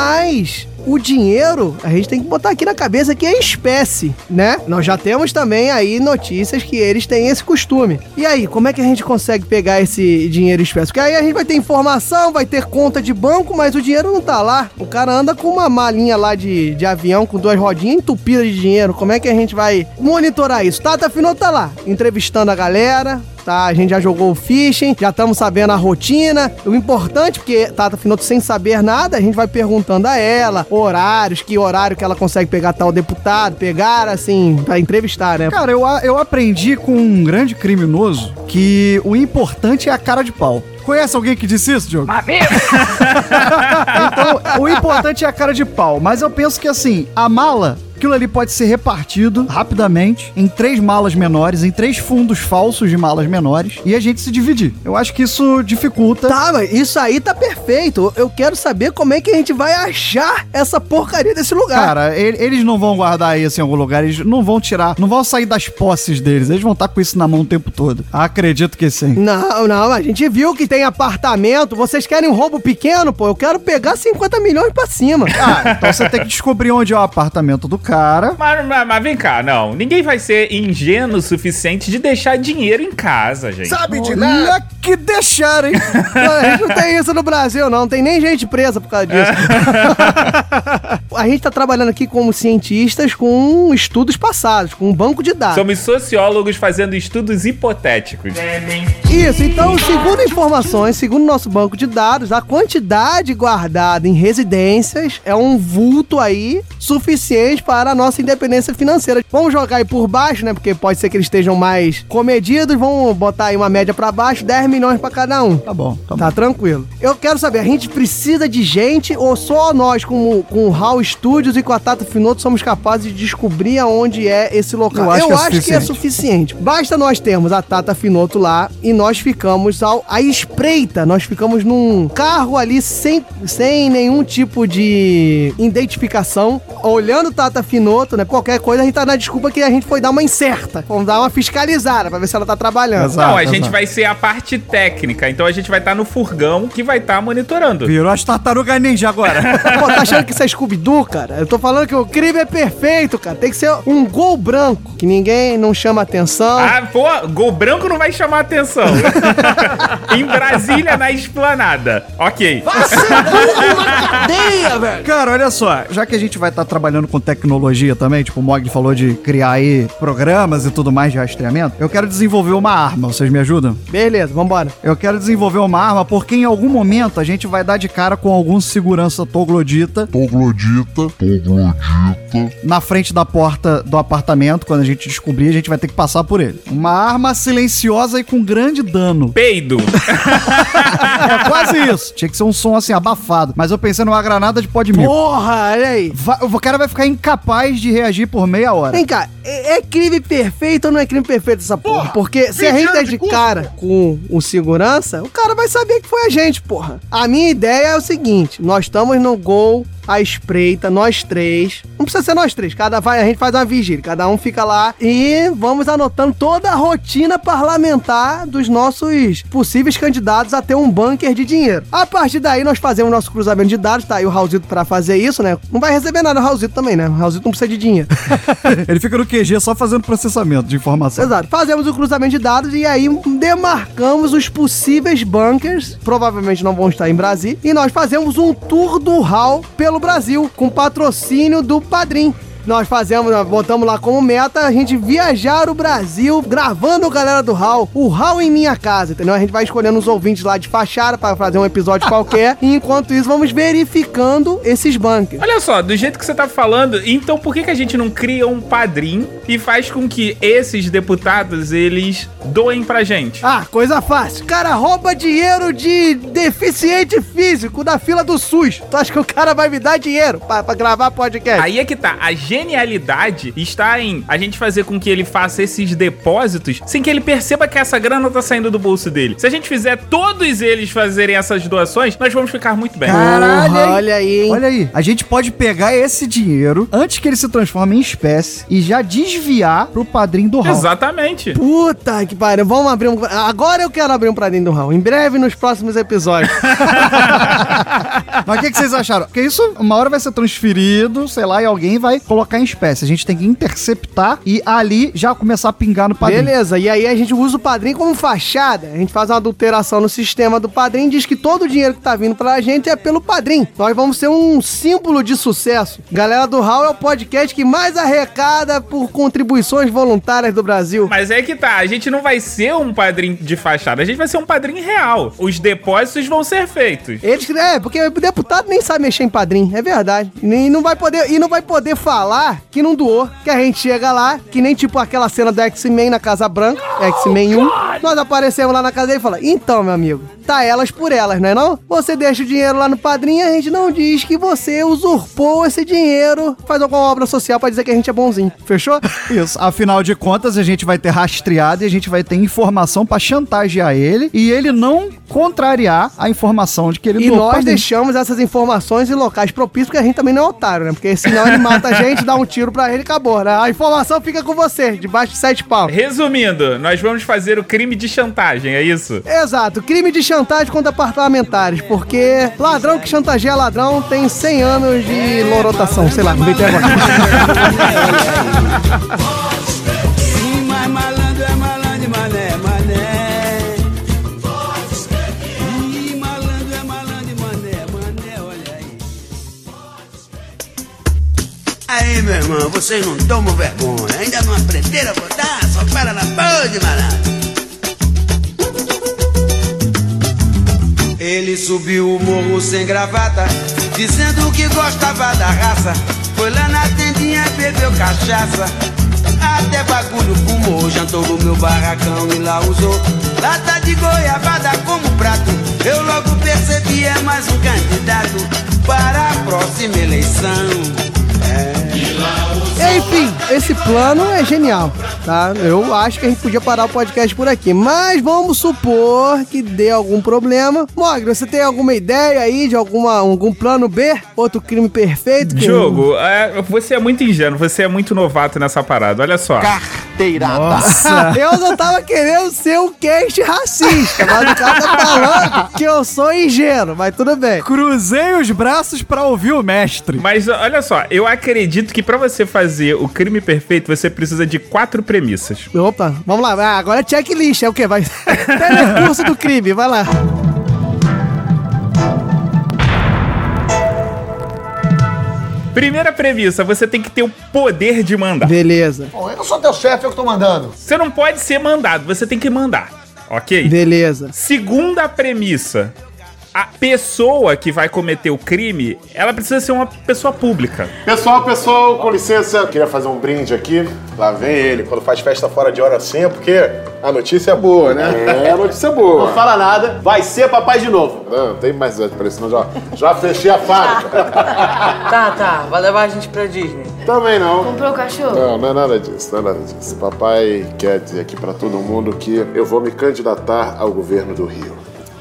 Speaker 3: mas o dinheiro, a gente tem que botar aqui na cabeça que é espécie, né? Nós já temos também aí notícias que eles têm esse costume. E aí, como é que a gente consegue pegar esse dinheiro espécie? Porque aí a gente vai ter informação, vai ter conta de banco, mas o dinheiro não tá lá. O cara anda com uma malinha lá de, de avião com duas rodinhas entupidas de dinheiro. Como é que a gente vai monitorar isso? Tata Finoto tá lá, entrevistando a galera. Tá, a gente já jogou o phishing, já estamos sabendo a rotina. O importante, porque Tata Finoto sem saber nada, a gente vai perguntando a ela horários, que horário que ela consegue pegar tal deputado, pegar, assim, pra entrevistar, né?
Speaker 4: Cara, eu, eu aprendi com um grande criminoso que o importante é a cara de pau. Conhece alguém que disse isso, Diogo? Então, o importante é a cara de pau. Mas eu penso que, assim, a mala, aquilo ali pode ser repartido rapidamente em três malas menores, em três fundos falsos de malas menores, e a gente se dividir. Eu acho que isso dificulta.
Speaker 3: Tá, mas isso aí tá perfeito. Eu quero saber como é que a gente vai achar essa porcaria desse lugar.
Speaker 4: Cara, eles não vão guardar isso em algum lugar, eles não vão tirar, não vão sair das posses deles, eles vão estar com isso na mão o tempo todo. Acredito que sim.
Speaker 3: Não, não, a gente viu que tem apartamento, vocês querem um roubo pequeno, pô? Eu quero pegar cinquenta milhões pra cima.
Speaker 4: Ah, então você tem que descobrir onde é o apartamento do cara.
Speaker 2: Mas, mas, mas vem cá, não. Ninguém vai ser ingênuo o suficiente de deixar dinheiro em casa, gente.
Speaker 3: Sabe de
Speaker 4: Olha
Speaker 3: nada.
Speaker 4: que deixaram, hein?
Speaker 3: A gente não tem isso no Brasil, não. Não tem nem gente presa por causa disso. A gente tá trabalhando aqui como cientistas com estudos passados, com um banco de dados.
Speaker 2: Somos sociólogos fazendo estudos hipotéticos.
Speaker 3: Isso, então, segundo informações, segundo nosso banco de dados, a quantidade guardada em residências é um vulto aí suficiente para a nossa independência financeira. Vamos jogar aí por baixo, né? Porque pode ser que eles estejam mais comedidos. Vamos botar aí uma média pra baixo, dez milhões pra cada um.
Speaker 4: Tá bom, tá bom.
Speaker 3: Tá tranquilo. Eu quero saber, a gente precisa de gente ou só nós com, com o HAL Studios e com a Tata Finoto somos capazes de descobrir aonde é esse local?
Speaker 4: Eu acho,
Speaker 3: Eu
Speaker 4: que, é
Speaker 3: acho que é suficiente. Basta nós termos a Tata Finoto lá e nós ficamos ao, à espreita. Nós ficamos num carro ali sem, sem nenhum tipo de identificação, olhando Tata Finoto, né? Qualquer coisa a gente tá na desculpa que a gente foi dar uma incerta. Vamos dar uma fiscalizada pra ver se ela tá trabalhando.
Speaker 2: Exato, não, a exato. gente vai ser a parte técnica. Então a gente vai estar tá no furgão que vai estar tá monitorando.
Speaker 4: Virou as tartarugas ninja agora.
Speaker 3: Pô, tá achando que isso é Scooby-Doo, cara? Eu tô falando que o crime é perfeito, cara. Tem que ser um gol branco, que ninguém não chama atenção.
Speaker 2: Ah, pô, gol branco não vai chamar atenção. Em Brasília, na esplanada. Ok.
Speaker 4: Vai ser burro na cadeia, velho. Cara, olha só. Já que a gente vai estar tá trabalhando com tecnologia também, tipo o Mog falou de criar aí programas e tudo mais de rastreamento, eu quero desenvolver uma arma. Vocês me ajudam?
Speaker 3: Beleza, vambora.
Speaker 4: Eu quero desenvolver uma arma porque em algum momento a gente vai dar de cara com algum segurança troglodita.
Speaker 11: Troglodita. Troglodita.
Speaker 4: Na frente da porta do apartamento, quando a gente descobrir, a gente vai ter que passar por ele. Uma arma silenciosa e com grande dano.
Speaker 2: Peido.
Speaker 4: É quase isso. Tinha que ser um som assim, abafado. Mas eu pensei numa granada de pó de milho.
Speaker 3: Porra, olha aí.
Speaker 4: Vai, o cara vai ficar incapaz de reagir por meia hora.
Speaker 3: Vem cá, é, é crime perfeito ou não é crime perfeito essa porra? porra Porque se a gente der de cara com o segurança, o cara vai saber que foi a gente, porra. A minha ideia é o seguinte, nós estamos no Gol à espreita, nós três. Não precisa ser nós três, cada vai, a gente faz uma vigília, cada um fica lá e vamos anotando toda a rotina parlamentar dos nossos possíveis candidatos a ter um bunker de dinheiro. A partir daí nós fazemos nosso cruzamento de dados, tá aí o Raulzito pra fazer isso, né? Não vai receber nada o Raulzito também, né? O Raulzito não precisa de dinheiro.
Speaker 4: Ele fica no Q G só fazendo processamento de informação.
Speaker 3: Exato. Fazemos o cruzamento de dados e aí demarcamos os possíveis bunkers, provavelmente não vão estar em Brasília, e nós fazemos um tour do HAL pelo Brasil, com patrocínio do Padrim. Nós fazemos, nós botamos lá como meta a gente viajar o Brasil gravando a galera do HAL, o HAL em minha casa, entendeu? A gente vai escolhendo os ouvintes lá de fachada pra fazer um episódio qualquer e enquanto isso vamos verificando esses bunkers.
Speaker 2: Olha só, do jeito que você tá falando, então por que que a gente não cria um Padrim e faz com que esses deputados, eles doem pra gente?
Speaker 3: Ah, coisa fácil. O cara rouba dinheiro de deficiente físico da fila do SUS. Tu acha que o cara vai me dar dinheiro pra, pra gravar podcast?
Speaker 2: Aí é que tá, a gente genialidade está em a gente fazer com que ele faça esses depósitos sem que ele perceba que essa grana tá saindo do bolso dele. Se a gente fizer todos eles fazerem essas doações, nós vamos ficar muito bem.
Speaker 4: Caralho,
Speaker 3: Porra, olha aí, hein?
Speaker 4: Olha aí. A gente pode pegar esse dinheiro antes que ele se transforme em espécie e já desviar pro Padrim do HAL.
Speaker 2: Exatamente.
Speaker 3: Puta que pariu. Vamos abrir um... Agora eu quero abrir um Padrim do HAL. Em breve, nos próximos episódios.
Speaker 4: Mas o que, que vocês acharam? Porque isso, uma hora vai ser transferido, sei lá, e alguém vai colocar em espécie. A gente tem que interceptar e ali já começar a pingar no Padrim.
Speaker 3: Beleza, e aí a gente usa o Padrim como fachada. A gente faz uma adulteração no sistema do Padrim, diz que todo o dinheiro que tá vindo pra gente é pelo Padrim. Nós vamos ser um símbolo de sucesso. Galera do HAL é o podcast que mais arrecada por contribuições voluntárias do Brasil.
Speaker 2: Mas é que tá, a gente não vai ser um Padrim de fachada, a gente vai ser um Padrim real. Os depósitos vão ser feitos.
Speaker 3: Eles, é, porque o deputado nem sabe mexer em Padrim, é verdade. E não vai poder, e não vai poder falar que não doou, que a gente chega lá, que nem tipo aquela cena do X-Men na Casa Branca, X-Men um, nós aparecemos lá na casa dele e falamos, então, meu amigo, tá elas por elas, não é não? Você deixa o dinheiro lá no Padrim, a gente não diz que você usurpou esse dinheiro, faz alguma obra social pra dizer que a gente é bonzinho, fechou?
Speaker 4: Isso, afinal de contas, a gente vai ter rastreado e a gente vai ter informação pra chantagear ele e ele não contrariar a informação de que ele
Speaker 3: E
Speaker 4: doou
Speaker 3: nós
Speaker 4: pra mim.
Speaker 3: deixamos essas informações em locais propícios, porque a gente também não é otário, né? Porque senão ele mata a gente, dá um tiro pra ele e acabou, né? A informação fica com você, debaixo de sete pau.
Speaker 2: Resumindo, nós vamos fazer o crime de chantagem, é isso?
Speaker 3: Exato, crime de chantagem contra parlamentares, porque ladrão que chantageia ladrão tem cem anos de lorotação, sei lá, não vem até agora.
Speaker 12: Sim, mas malandro é malandro e mané, mané. Ih, malandro é malandro e mané, mané, olha aí. Aí, meu irmão, vocês não tomam vergonha. Ainda não aprenderam a botar? Só para na porra de malandro. Ele subiu o morro sem gravata, dizendo que gostava da raça. Foi lá na tendinha e bebeu cachaça, até bagulho fumou. Jantou no meu barracão e lá usou lata de goiabada como prato. Eu logo percebi, é mais um candidato para a próxima eleição. É.
Speaker 3: Enfim, esse plano é genial, tá? Eu acho que a gente podia parar o podcast por aqui, mas vamos supor que dê algum problema. Mogli, você tem alguma ideia aí de alguma, algum plano B? Outro crime perfeito? Que
Speaker 2: Diogo, é, você é muito ingênuo, você é muito novato nessa parada, olha só.
Speaker 3: Carteirada. Nossa. Eu não tava querendo ser um cast racista, mas o cara tá falando que eu sou ingênuo, mas tudo bem.
Speaker 4: Cruzei os braços pra ouvir o mestre.
Speaker 2: Mas olha só, eu acredito que pra você fazer o crime perfeito, você precisa de quatro premissas.
Speaker 3: Opa, vamos lá. Ah, agora é checklist, é o quê? Vai. Telecurso do crime, vai lá.
Speaker 2: Primeira premissa, você tem que ter o poder de mandar.
Speaker 3: Beleza.
Speaker 19: Bom, eu não sou teu chefe, eu que tô mandando.
Speaker 2: Você não pode ser mandado, você tem que mandar, ok?
Speaker 3: Beleza.
Speaker 2: Segunda premissa, a pessoa que vai cometer o crime, ela precisa ser uma pessoa pública.
Speaker 19: Pessoal, pessoal, com licença, eu queria fazer um brinde aqui. Lá vem ele, quando faz festa fora de hora assim, porque a notícia é boa, né? É, a notícia é boa.
Speaker 20: Não fala nada, vai ser papai de novo.
Speaker 19: Não, não tem mais pra isso, não. Já, já fechei a fábrica.
Speaker 21: Tá, tá, vai levar a gente pra Disney.
Speaker 19: Também não.
Speaker 21: Comprou o cachorro?
Speaker 19: Não, não é nada disso, não é nada disso. Papai quer dizer aqui pra todo mundo que eu vou me candidatar ao governo do Rio.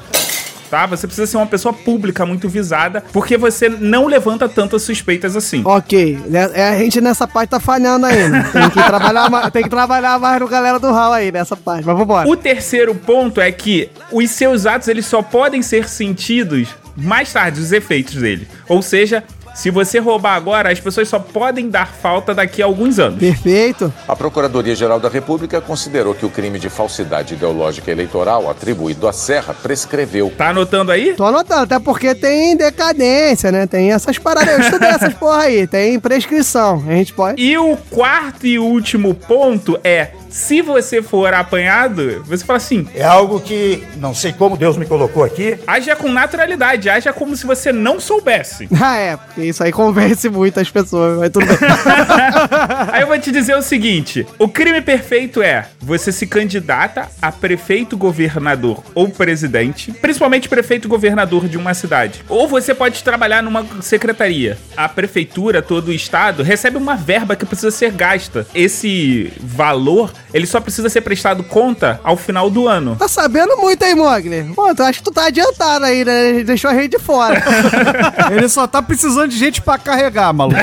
Speaker 2: Tá? Você precisa ser uma pessoa pública muito visada, porque você não levanta tantas suspeitas assim.
Speaker 3: Ok, é, a gente nessa parte tá falhando ainda. Tem que trabalhar mais, tem que trabalhar mais no galera do Hall aí, nessa parte, mas vambora.
Speaker 2: O terceiro ponto é que os seus atos, eles só podem ser sentidos mais tarde, os efeitos dele. Ou seja, se você roubar agora, as pessoas só podem dar falta daqui a alguns anos.
Speaker 3: Perfeito.
Speaker 22: A Procuradoria-Geral da República considerou que o crime de falsidade ideológica eleitoral atribuído à Serra prescreveu.
Speaker 2: Tá anotando aí?
Speaker 3: Tô anotando, até porque tem decadência, né? Tem essas paradas. Eu estudei essas porra aí, tem prescrição. A gente pode...
Speaker 2: E o quarto e último ponto é... Se você for apanhado, você fala assim...
Speaker 20: É algo que não sei como Deus me colocou aqui.
Speaker 2: Haja com naturalidade, haja como se você não soubesse.
Speaker 3: Ah, é, porque isso aí convence muito as pessoas, mas tudo bem.
Speaker 2: Aí eu vou te dizer o seguinte, o crime perfeito é... Você se candidata a prefeito, governador ou presidente, principalmente prefeito, governador de uma cidade. Ou você pode trabalhar numa secretaria. A prefeitura, todo o estado, recebe uma verba que precisa ser gasta. Esse valor... ele só precisa ser prestado conta ao final do ano.
Speaker 3: Tá sabendo muito aí, Mogli? Pô, tu acha que tu tá adiantado aí, né? Deixou a gente de fora.
Speaker 4: Ele só tá precisando de gente pra carregar, maluco.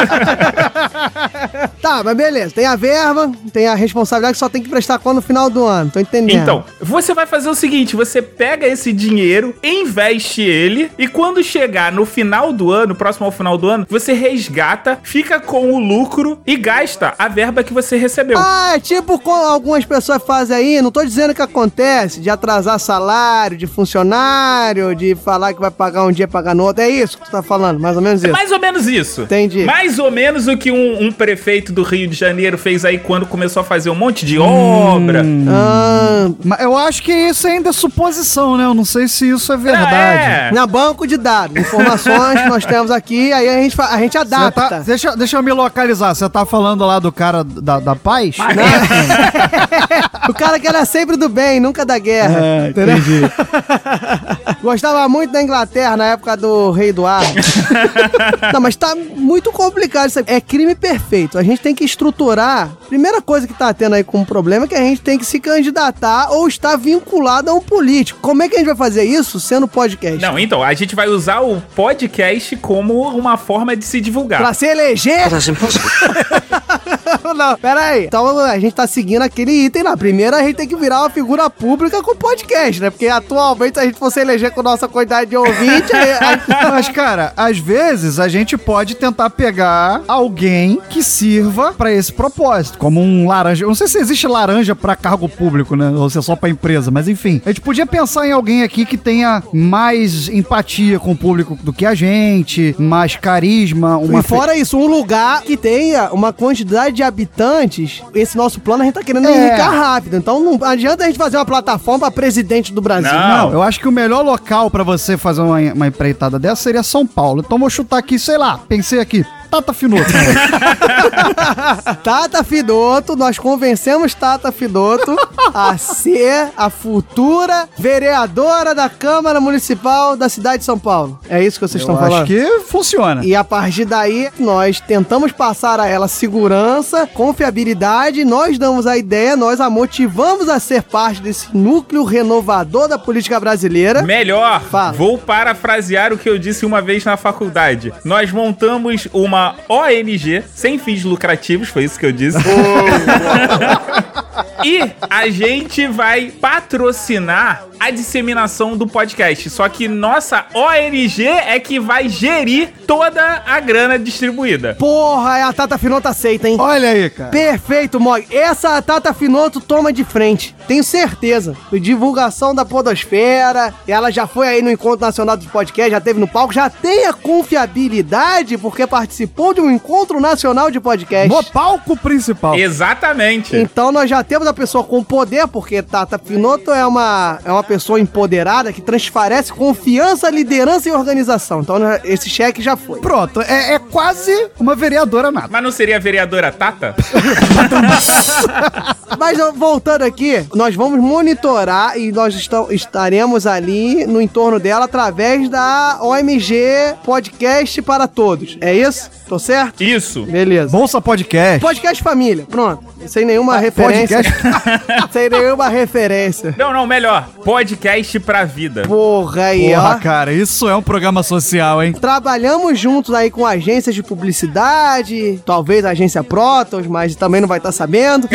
Speaker 3: Tá, mas beleza. Tem a verba, tem a responsabilidade que só tem que prestar conta no final do ano. Tô entendendo.
Speaker 2: Então, você vai fazer o seguinte, você pega esse dinheiro, investe ele, e quando chegar no final do ano, próximo ao final do ano, você resgata, fica com o lucro e gasta a verba que você recebeu.
Speaker 3: Ah, é tipo como algumas pessoas fazem aí, não tô dizendo que acontece, de atrasar salário de funcionário, de falar que vai pagar um dia, pagar no outro. É isso que tu tá falando, mais ou menos isso?
Speaker 2: É mais ou menos isso.
Speaker 3: Entendi.
Speaker 2: Mais ou menos o que um, um prefeito do Rio de Janeiro fez aí quando começou a fazer um monte de obra.
Speaker 4: Hum. Ah, mas eu acho que isso ainda é suposição, né? Eu não sei se isso é verdade.
Speaker 2: É.
Speaker 3: Na banco de dados, informações que nós temos aqui, aí a gente, a gente adapta.
Speaker 4: Tá, deixa, deixa eu me localizar. Você tá falando lá do cara da, da paz?
Speaker 3: O cara que era sempre do bem, nunca da guerra.
Speaker 4: É, entendi.
Speaker 3: Gostava muito da Inglaterra na época do rei Eduardo. Não, mas tá muito complicado isso aí. É crime perfeito. A gente tem que estruturar Primeira coisa que tá tendo aí como problema é que a gente tem que se candidatar ou estar vinculado a um político. Como é que a gente vai fazer isso sendo podcast?
Speaker 2: Não, então, a gente vai usar o podcast como uma forma de se divulgar.
Speaker 3: Pra se eleger? Não, pera aí. Então a gente tá seguindo aquele item lá. Primeiro a gente tem que virar uma figura pública com podcast, né? Porque atualmente, se a gente fosse eleger com nossa quantidade de ouvinte... aí, aí...
Speaker 4: Mas, cara, às vezes a gente pode tentar pegar alguém que sirva pra esse propósito, como um laranja. Eu não sei se existe laranja pra cargo público, né? Ou se é só pra empresa, mas enfim. A gente podia pensar em alguém aqui que tenha mais empatia com o público do que a gente, mais carisma. Uma
Speaker 3: E fora fe... isso, um lugar que tenha uma quantidade de habitantes. Esse nosso plano a gente tá querendo
Speaker 4: É.
Speaker 3: enricar rápido. Então não adianta a gente fazer uma plataforma pra presidente do Brasil.
Speaker 4: Não, eu acho que o melhor local pra você fazer uma, uma empreitada dessa seria São Paulo. Então vou chutar aqui, sei lá, pensei aqui, Tata Finoto.
Speaker 3: Tata Finoto, nós convencemos Tata Finoto a ser a futura vereadora da Câmara Municipal da cidade de São Paulo. É isso que vocês
Speaker 4: Eu
Speaker 3: estão falando?
Speaker 4: acho que funciona.
Speaker 3: E a partir daí, nós tentamos passar a ela segurança, confiabilidade, nós damos a ideia, nós a motivamos a ser parte desse núcleo renovador da política brasileira.
Speaker 2: Melhor, vou parafrasear o que eu disse uma vez na faculdade. Nós montamos uma O N G sem fins lucrativos, foi isso que eu disse. E a gente vai patrocinar a disseminação do podcast. Só que nossa O N G é que vai gerir toda a grana distribuída.
Speaker 3: Porra, a Tata Finoto aceita, hein?
Speaker 4: Olha aí, cara.
Speaker 3: Perfeito, Mog. Essa a Tata Finoto toma de frente. Tenho certeza. Divulgação da podosfera. Ela já foi aí no Encontro Nacional dos Podcasts, já teve no palco, já tem a confiabilidade porque participou de um Encontro Nacional de Podcast.
Speaker 4: No palco principal.
Speaker 2: Exatamente.
Speaker 3: Então nós já temos a pessoa com poder, porque Tata Finoto é uma, é uma pessoa empoderada que transparece confiança, liderança e organização. Então esse cheque já foi.
Speaker 4: Pronto, é, é quase uma vereadora nata.
Speaker 2: Mas não seria a vereadora Tata?
Speaker 3: Mas voltando aqui, nós vamos monitorar e nós estão, estaremos ali no entorno dela através da O M G Podcast para Todos. É isso? Tô certo?
Speaker 2: Isso.
Speaker 3: Beleza.
Speaker 4: Bolsa Podcast.
Speaker 3: Podcast Família. Pronto. Sem nenhuma ah, referência. Sem nenhuma referência.
Speaker 2: Não, não, melhor. Podcast pra vida.
Speaker 3: Porra aí,
Speaker 4: Porra,
Speaker 3: ó.
Speaker 4: cara, isso é um programa social, hein?
Speaker 3: Trabalhamos juntos aí com agências de publicidade, talvez a agência Protos, mas também não vai estar sabendo.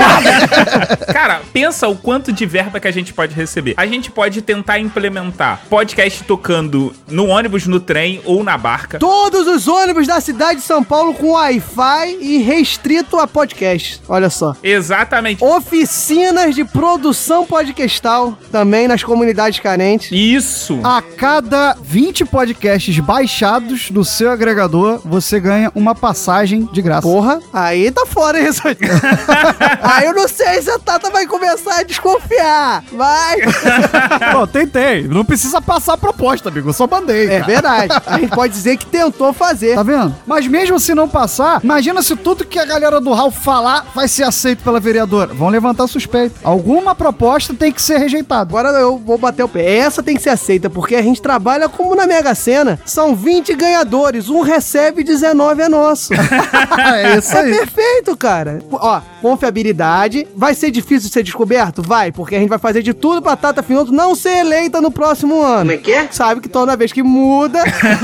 Speaker 3: É.
Speaker 2: Cara, pensa o quanto de verba que a gente pode receber. A gente pode tentar implementar podcast tocando no ônibus, no trem ou na barca.
Speaker 3: Todos os ônibus da cidade de São Paulo com Wi-Fi e restrito a podcast. Olha só.
Speaker 2: Exatamente.
Speaker 3: Oficinas de produção podcastal também nas comunidades carentes.
Speaker 2: Isso.
Speaker 4: A cada vinte podcasts baixados do seu agregador, você ganha uma passagem de graça.
Speaker 3: Porra, aí tá fora isso. Aí eu não sei se a Tata vai começar a desconfiar. Vai.
Speaker 4: Pô, tentei. Não precisa passar a proposta, amigo. Eu só mandei.
Speaker 3: É
Speaker 4: cara.
Speaker 3: verdade. A gente pode dizer que tentou fazer.
Speaker 4: Tá vendo? Mas mesmo se não passar, imagina se tudo que a galera do Raul falar vai ser aceito pela vereadora. Vão levantar suspeita. Alguma proposta tem que ser rejeitada.
Speaker 3: Agora eu vou bater o pé. Essa tem que ser aceita, porque a gente trabalha como na Mega Sena. São vinte ganhadores. Um recebe, dezenove é nosso.
Speaker 4: É isso aí.
Speaker 3: É perfeito, cara. Ó, confiabilidade. Vai ser difícil de ser descoberto? Vai, porque a gente vai fazer de tudo pra Tata Finoto não ser eleita no próximo ano.
Speaker 21: Como é que é?
Speaker 3: Sabe que toda vez que muda...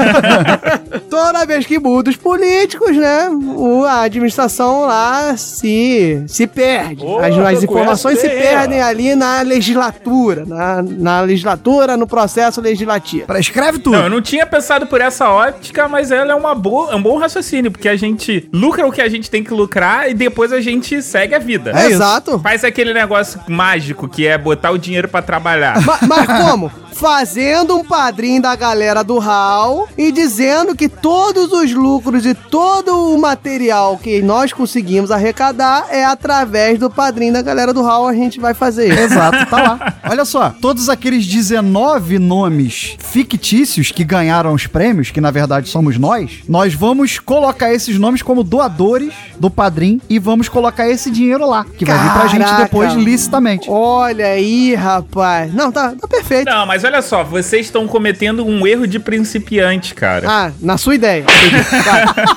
Speaker 3: toda vez que muda os políticos, né? O, a administração lá se, se perde.
Speaker 21: Oh,
Speaker 3: as, as informações se perdem ali na legislatura. Na, na legislatura, no processo legislativo.
Speaker 4: Prescreve tudo.
Speaker 2: Não, eu não tinha pensado por essa ótica, mas ela é uma boa, é um bom raciocínio, porque a gente lucra o que a gente tem que lucrar e depois a gente segue a vida.
Speaker 3: É exato.
Speaker 2: Faz aquele negócio mágico que é botar o dinheiro pra trabalhar.
Speaker 3: Ma, mas como? Fazendo um padrinho da galera do Raul e dizendo que todos os lucros e todo o material que nós conseguimos arrecadar é através do padrinho da galera do Raul, a gente vai fazer isso.
Speaker 4: Exato, tá lá. Olha só, todos aqueles dezenove nomes fictícios que ganharam os prêmios, que na verdade somos nós, nós vamos colocar esses nomes como doadores do padrinho e vamos colocar esse dinheiro lá, que vai vir pra gente depois licitamente.
Speaker 3: Olha aí, rapaz. Não, tá, tá perfeito.
Speaker 2: Não, mas olha só, vocês estão cometendo um erro de principiante, cara.
Speaker 3: Ah, na sua ideia.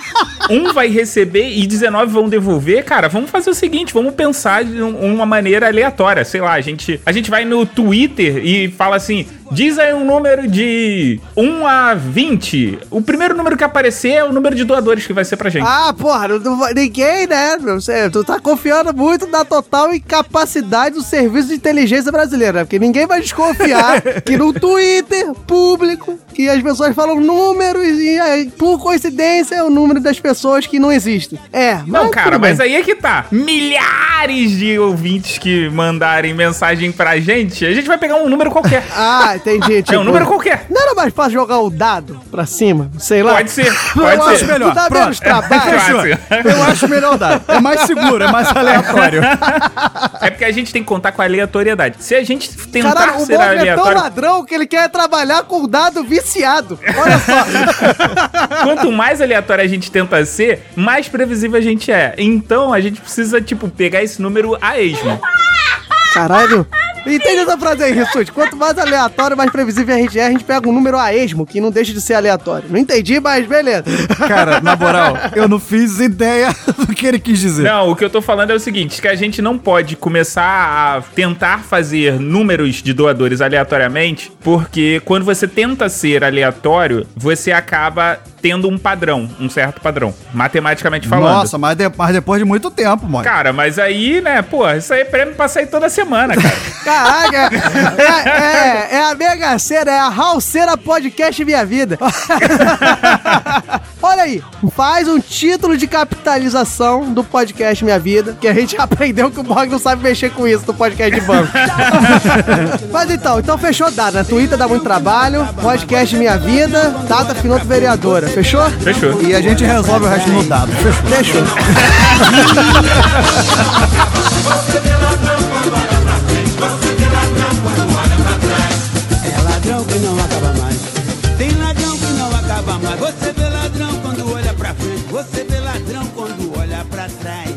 Speaker 2: um vai receber e dezenove vão devolver, cara, vamos fazer o seguinte, vamos pensar de um- uma maneira aleatória, sei lá, a gente, a gente vai no Twitter e fala assim, diz aí um número de um a vinte, o primeiro número que aparecer é o número de doadores que vai ser pra gente.
Speaker 3: Ah, porra, não- não- ninguém, né? Você, tu tá confiando muito na total incapacidade do serviço de inteligência brasileira, porque ninguém vai desconfiar que no Twitter público, que as pessoas falam números e aí, por coincidência é o número das pessoas que não existem. É,
Speaker 2: Não,
Speaker 3: mas
Speaker 2: cara,
Speaker 3: tudo
Speaker 2: mas
Speaker 3: bem.
Speaker 2: aí é que tá. Milhares de ouvintes que mandarem mensagem pra gente, a gente vai pegar um número qualquer.
Speaker 3: Ah, entendi.
Speaker 2: É um número qualquer.
Speaker 3: Não era mais fácil jogar o dado pra cima? Sei lá.
Speaker 2: Pode ser,
Speaker 3: Eu
Speaker 2: pode
Speaker 3: acho
Speaker 2: ser.
Speaker 3: melhor. Tu dá
Speaker 4: Pronto.
Speaker 3: menos trabalho.
Speaker 4: Fechou. Eu acho melhor dar. É mais seguro, é mais aleatório.
Speaker 2: É porque a gente tem que contar com a aleatoriedade. Se a gente tentar
Speaker 3: Caralho, o
Speaker 2: ser
Speaker 3: Bob é tão
Speaker 2: aleatório,
Speaker 3: ladrão que ele quer trabalhar com dado viciado. Olha só.
Speaker 2: quanto mais aleatório a gente tenta ser, mais previsível a gente é. Então a gente precisa, tipo, pegar esse número a esmo.
Speaker 3: Caralho. Entende essa frase aí, Rissuti? Quanto mais aleatório, mais previsível a gente é, a gente pega um número a esmo, que não deixa de ser aleatório. Não entendi, mas beleza.
Speaker 4: Cara, na moral, eu não fiz ideia do que ele quis dizer.
Speaker 2: Não, o que eu tô falando é o seguinte, que a gente não pode começar a tentar fazer números de doadores aleatoriamente, porque quando você tenta ser aleatório, você acaba tendo um padrão, um certo padrão, matematicamente falando.
Speaker 4: Nossa, mas, de- mas depois de muito tempo, mano.
Speaker 2: Cara, mas aí, né, pô, isso aí é prêmio pra sair toda semana, cara.
Speaker 3: Caraca, é, é, é a Mega Sena, é a Halceira Podcast Minha Vida. Olha aí, faz um título de capitalização do podcast Minha Vida, que a gente aprendeu que o Bog não sabe mexer com isso no podcast de banco. Mas então, então fechou dado, né? Twitter dá muito trabalho, podcast Minha Vida, data Finoto Vereadora, fechou?
Speaker 2: Fechou.
Speaker 4: E a gente resolve o resto no dado.
Speaker 3: Fechou.
Speaker 12: É ladrão que não acaba mais. Tem ladrão que não acaba mais. Você vê ladrão quando olha pra frente. Você vê ladrão quando olha pra trás.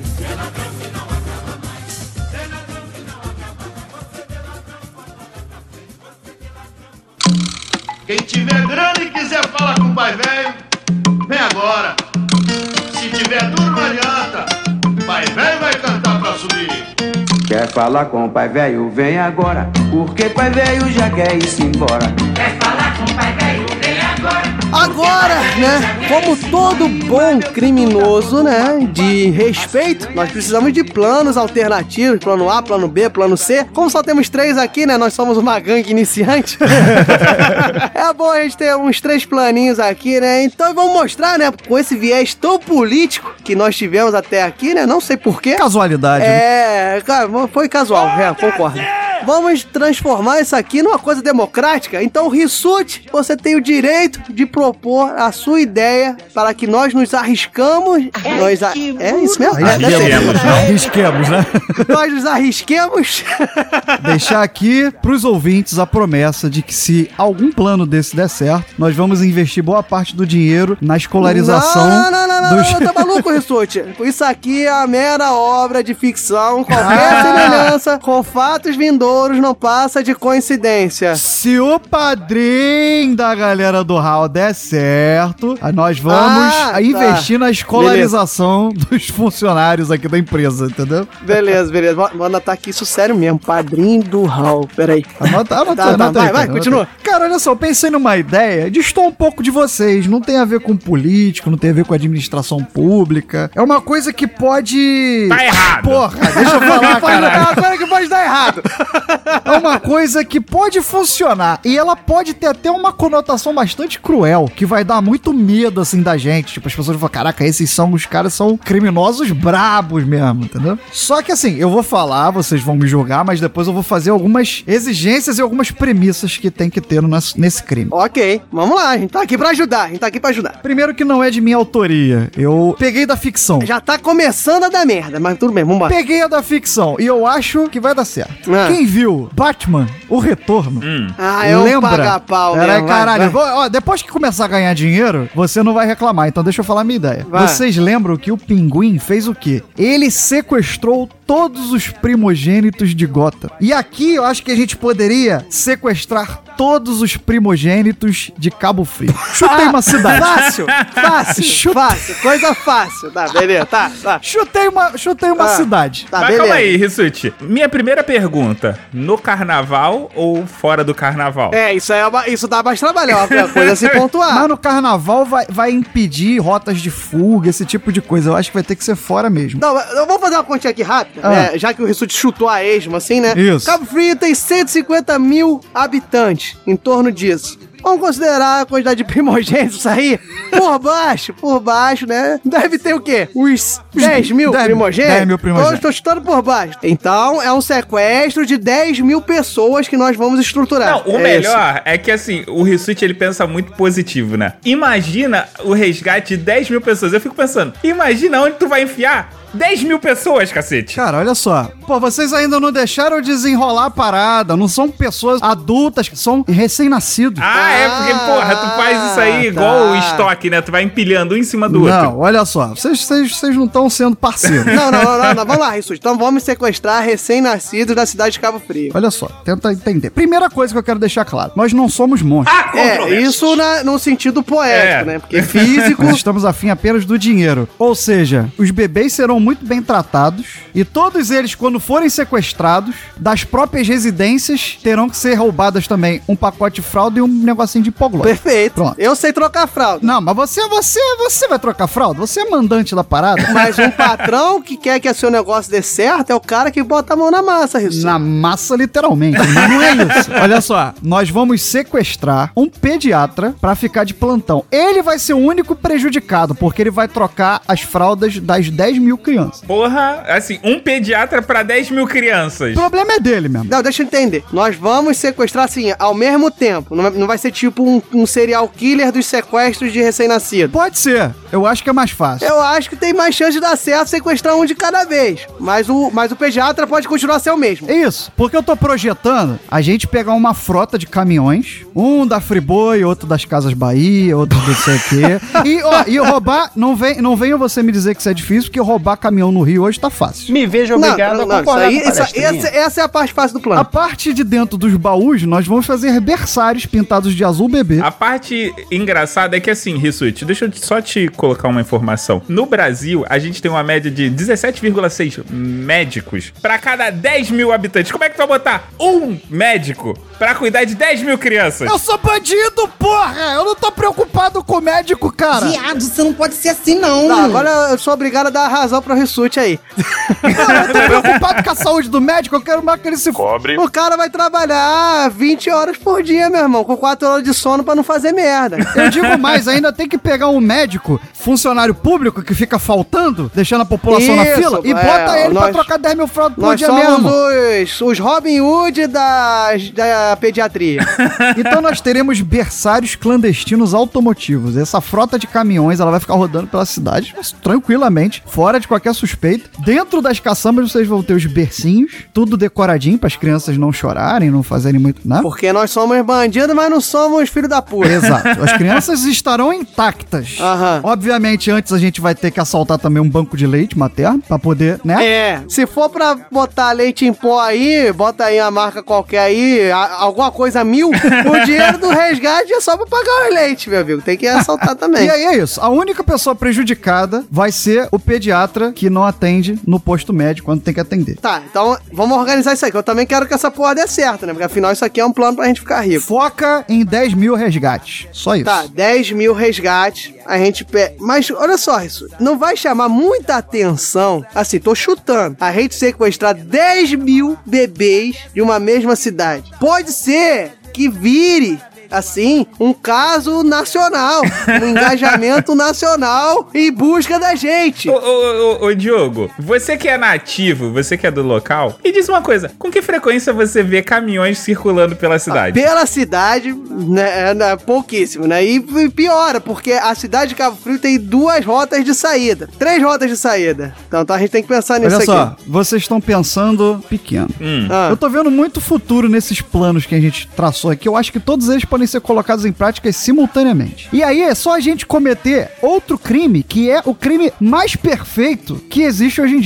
Speaker 7: Quem tiver grana e quiser falar com o pai velho, vem agora. Se tiver duro, não adianta. Pai velho vai cantar pra subir.
Speaker 12: Quer falar com o pai velho? Vem agora. Porque pai velho já quer ir-se embora. Quer falar com o pai velho? Vem agora.
Speaker 3: Agora, né, como todo bom criminoso, né, de respeito, nós precisamos de planos alternativos, plano A, plano B, plano C. Como só temos três aqui, né, nós somos uma gangue iniciante. É bom a gente ter uns três planinhos aqui, né, então vamos mostrar, né, com esse viés tão político que nós tivemos até aqui, né, não sei porquê.
Speaker 4: Casualidade, né?
Speaker 3: É, cara, foi casual, é, concordo. Vamos transformar isso aqui numa coisa democrática. Então, Rissuti, você tem o direito de propor a sua ideia para que nós nos arriscamos. Nós a... É isso mesmo? É, deve ser.
Speaker 4: Arrisquemos, né? Arrisquemos, né?
Speaker 3: Nós nos arrisquemos.
Speaker 4: Deixar aqui pros ouvintes a promessa de que se algum plano desse der certo, nós vamos investir boa parte do dinheiro na escolarização
Speaker 3: Não, não, não, não,
Speaker 4: dos...
Speaker 3: não, tá maluco, Rissuti? Isso aqui é a mera obra de ficção. Qualquer
Speaker 4: Ah.
Speaker 3: semelhança com fatos vindouros não passa de coincidência.
Speaker 4: Se o padrinho da galera do Hall der certo, aí nós vamos
Speaker 3: Ah, tá.
Speaker 4: investir na escolarização dos funcionários aqui da empresa, entendeu?
Speaker 3: Beleza, beleza. Vou vou anotar aqui isso sério mesmo. Padrinho do Hall. Peraí.
Speaker 4: Anota, anota,
Speaker 3: Tá, tá,
Speaker 4: anota
Speaker 3: vai,
Speaker 4: aí,
Speaker 3: vai,
Speaker 4: cara,
Speaker 3: continua.
Speaker 4: anota aí. Cara, olha só, eu pensei numa ideia, distou um pouco de vocês, não tem a ver com político, não tem a ver com administração pública, é uma coisa que pode...
Speaker 2: Tá errado.
Speaker 4: Porra, deixa eu falar,
Speaker 3: Pode dar
Speaker 4: cara.
Speaker 3: uma coisa que pode dar errado.
Speaker 4: É uma coisa que pode funcionar e ela pode ter até uma conotação bastante cruel, que vai dar muito medo, assim, da gente. Tipo, as pessoas vão falar, caraca, esses são, os caras são criminosos brabos mesmo, entendeu? Só que, assim, eu vou falar, vocês vão me julgar, mas depois eu vou fazer algumas exigências e algumas premissas que tem que ter no nosso- nesse crime.
Speaker 3: Ok, vamos lá. A gente tá aqui pra ajudar. A gente tá aqui pra ajudar.
Speaker 4: Primeiro que não é de minha autoria, eu peguei da ficção.
Speaker 3: Já tá começando a dar merda, mas tudo bem, vambora.
Speaker 4: Peguei a da ficção e eu acho que vai dar certo.
Speaker 3: Ah.
Speaker 4: Quem viu Batman, O Retorno,
Speaker 3: Ah, é um
Speaker 4: lembra?
Speaker 3: paga-pau
Speaker 4: Peraí,
Speaker 3: mesmo, vai,
Speaker 4: caralho.
Speaker 3: vai.
Speaker 4: Vou- ó, depois que começar a ganhar dinheiro, você não vai reclamar. Então deixa eu falar a minha ideia.
Speaker 3: Vai.
Speaker 4: Vocês lembram que o Pinguim fez o quê? Ele sequestrou todos os primogênitos de Gotham. E aqui eu acho que a gente poderia sequestrar todos os primogênitos de Cabo Frio. Chutei
Speaker 3: Ah,
Speaker 4: uma cidade.
Speaker 3: Fácil, fácil,
Speaker 4: Chuta-
Speaker 3: fácil. fácil, coisa fácil. Tá, beleza, tá, tá.
Speaker 4: Chutei uma, chutei uma
Speaker 3: Ah,
Speaker 4: cidade.
Speaker 3: Tá,
Speaker 2: Mas
Speaker 3: beleza.
Speaker 2: calma aí, Rissuti. Minha primeira pergunta: no carnaval ou fora do carnaval?
Speaker 3: É, isso aí é uma- isso dá mais trabalho, é uma coisa a se pontuar.
Speaker 4: Mas no carnaval vai, vai impedir rotas de fuga, esse tipo de coisa. Eu acho que vai ter que ser fora mesmo.
Speaker 3: Não, eu vou fazer uma continha aqui rápida,
Speaker 4: Ah.
Speaker 3: né, já que o Rissuti chutou a esmo, assim, né?
Speaker 4: Isso.
Speaker 3: Cabo Frio tem cento e cinquenta mil habitantes, em torno disso. Vamos considerar a quantidade de primogênitos aí, por baixo, por baixo, né? Deve ter o quê? Uns dez mil
Speaker 4: dez
Speaker 3: primogênitos?
Speaker 4: dez mil primogênitos.
Speaker 3: Tô, tô chutando por baixo. Então, é um sequestro de dez mil pessoas que nós vamos estruturar.
Speaker 2: Não, o
Speaker 3: É
Speaker 2: melhor é que, assim, o Rissuti, ele pensa muito positivo, né? Imagina o resgate de dez mil pessoas. Eu fico pensando, imagina onde tu vai enfiar dez mil pessoas, cacete.
Speaker 4: Cara, olha só. Pô, vocês ainda não deixaram eu desenrolar a parada. Não são pessoas adultas, são recém-nascidos.
Speaker 2: Ah, é porque, porra, tu faz isso aí igual
Speaker 3: tá.
Speaker 2: o estoque, né? Tu vai empilhando um em cima do outro.
Speaker 4: Não, olha só. Vocês, vocês, vocês não estão sendo parceiros.
Speaker 3: Não, não, não, não, não. Vamos lá, Rissuti. Então vamos sequestrar recém-nascidos da cidade de Cabo Frio.
Speaker 4: Olha só, tenta entender. Primeira coisa que eu quero deixar claro: nós não somos monstros.
Speaker 3: É, isso na, no sentido poético,
Speaker 2: É.
Speaker 3: né? Porque físico...
Speaker 4: Nós estamos afim apenas do dinheiro. Ou seja, os bebês serão muito bem tratados e todos eles, quando forem sequestrados, das próprias residências, terão que ser roubadas também um pacote de fralda e um negocinho de hipoglose.
Speaker 3: Perfeito.
Speaker 4: Pronto.
Speaker 3: Eu sei trocar fralda.
Speaker 4: Não, mas você, você, você vai trocar fralda? Você é mandante da parada?
Speaker 3: Mas um patrão que quer que seu negócio dê certo é o cara que bota a mão na massa, Rissuti.
Speaker 4: Na massa, literalmente. Mas não é isso. Olha só, nós vamos sequestrar um pediatra pra ficar de plantão. Ele vai ser o único prejudicado, porque ele vai trocar as fraldas das dez mil crianças.
Speaker 2: Porra, assim, um pediatra pra dez mil crianças.
Speaker 4: O problema é dele mesmo.
Speaker 3: Não, deixa eu entender. Nós vamos sequestrar, assim, ao mesmo tempo. Não vai, não vai ser tipo um, um serial killer dos sequestros de recém-nascido.
Speaker 4: Pode ser. Eu acho que é mais fácil.
Speaker 3: Eu acho que tem mais chance de dar certo sequestrar um de cada vez. Mas o, mas o pediatra pode continuar a ser o mesmo.
Speaker 4: É isso, porque eu tô projetando a gente pegar uma frota de caminhões, um da Friboi, outro das Casas Bahia, outro do sei o quê. E, ó, e roubar, não, vem, não venha você me dizer que isso é difícil, porque roubar caminhão no Rio hoje tá fácil.
Speaker 21: Me vejo obrigado
Speaker 3: não, não,
Speaker 21: a concordar
Speaker 3: isso aí,
Speaker 21: com a
Speaker 3: isso-
Speaker 21: palestrinha.
Speaker 3: essa, essa é a parte fácil do
Speaker 4: A
Speaker 3: plano.
Speaker 4: parte de dentro dos baús, nós vamos fazer berçários pintados de azul bebê.
Speaker 2: A parte engraçada é que, assim, Rissuti, deixa eu te- só te colocar uma informação. No Brasil, a gente tem uma média de dezessete vírgula seis médicos pra cada dez mil habitantes. Como é que tu vai botar um médico pra cuidar de dez mil crianças?
Speaker 4: Eu sou bandido, porra! Eu não tô preocupado com o médico, cara!
Speaker 8: Viado, você não pode ser assim, não.
Speaker 3: Tá, agora eu sou obrigado a dar razão pro Rissuti aí.
Speaker 4: Eu tô preocupado com a saúde do médico, eu quero mais que ele se
Speaker 13: Cobre.
Speaker 3: O cara vai trabalhar vinte horas por dia, meu irmão, com quatro horas de sono pra não fazer merda.
Speaker 4: Eu digo mais, ainda tem que pegar um médico, funcionário público, que fica faltando, deixando a população na
Speaker 3: Isso,
Speaker 4: fila, e
Speaker 3: é,
Speaker 4: bota ele pra
Speaker 3: nós-
Speaker 4: trocar dez mil fraldas por
Speaker 3: Nós
Speaker 4: dia
Speaker 3: somos
Speaker 4: mesmo.
Speaker 3: os, os Robin Hood da, da pediatria.
Speaker 4: Então nós teremos berçários clandestinos automotivos. Essa frota de caminhões, ela vai ficar rodando pela cidade, mas tranquilamente, fora de qualquer suspeito. Dentro das caçambas vocês vão ter os bercinhos, tudo decoradinho para as crianças não chorarem, não fazerem muito, né?
Speaker 3: Porque nós somos bandidos, mas não somos filho da puta.
Speaker 4: Exato. As crianças estarão intactas.
Speaker 3: Aham.
Speaker 4: Obviamente, antes a gente vai ter que assaltar também um banco de leite materno pra poder, né?
Speaker 3: É, se for pra botar leite em pó aí, bota aí uma marca qualquer aí, a- alguma coisa mil, o dinheiro do resgate é só pra pagar o leite, meu amigo. Tem que assaltar também.
Speaker 4: E aí é isso. A única pessoa prejudicada vai ser o pediatra que não atende no posto médico quando tem que atender.
Speaker 3: Tá, então vamos organizar isso aí, que eu também quero que essa porra dê certo, né? Porque afinal isso aqui é um plano pra gente ficar rico.
Speaker 4: Foca em dez mil resgates. Só isso.
Speaker 3: Tá, dez mil resgates, a gente pega. Mas olha só, isso não vai chamar muita atenção. Assim, tô chutando. A gente sequestrar dez mil bebês de uma mesma cidade. Pode ser que vire. Assim, um caso nacional, um engajamento nacional em busca da gente.
Speaker 2: Ô, ô, ô, ô, Diogo, você que é nativo, você que é do local, e diz uma coisa, com que frequência você vê caminhões circulando pela cidade?
Speaker 3: Pela cidade, né, é, é pouquíssimo, né? E piora, porque a cidade de Cabo Frio tem duas rotas de saída. Três rotas de saída. Então, então a gente tem que pensar nisso
Speaker 4: Olha
Speaker 3: aqui.
Speaker 4: só, vocês estão pensando pequeno.
Speaker 2: Hum.
Speaker 3: Ah.
Speaker 4: Eu tô vendo muito futuro nesses planos que a gente traçou aqui. Eu acho que todos eles podem ser colocados em prática simultaneamente. E aí é só a gente cometer outro crime, que é o crime mais perfeito que existe hoje em dia,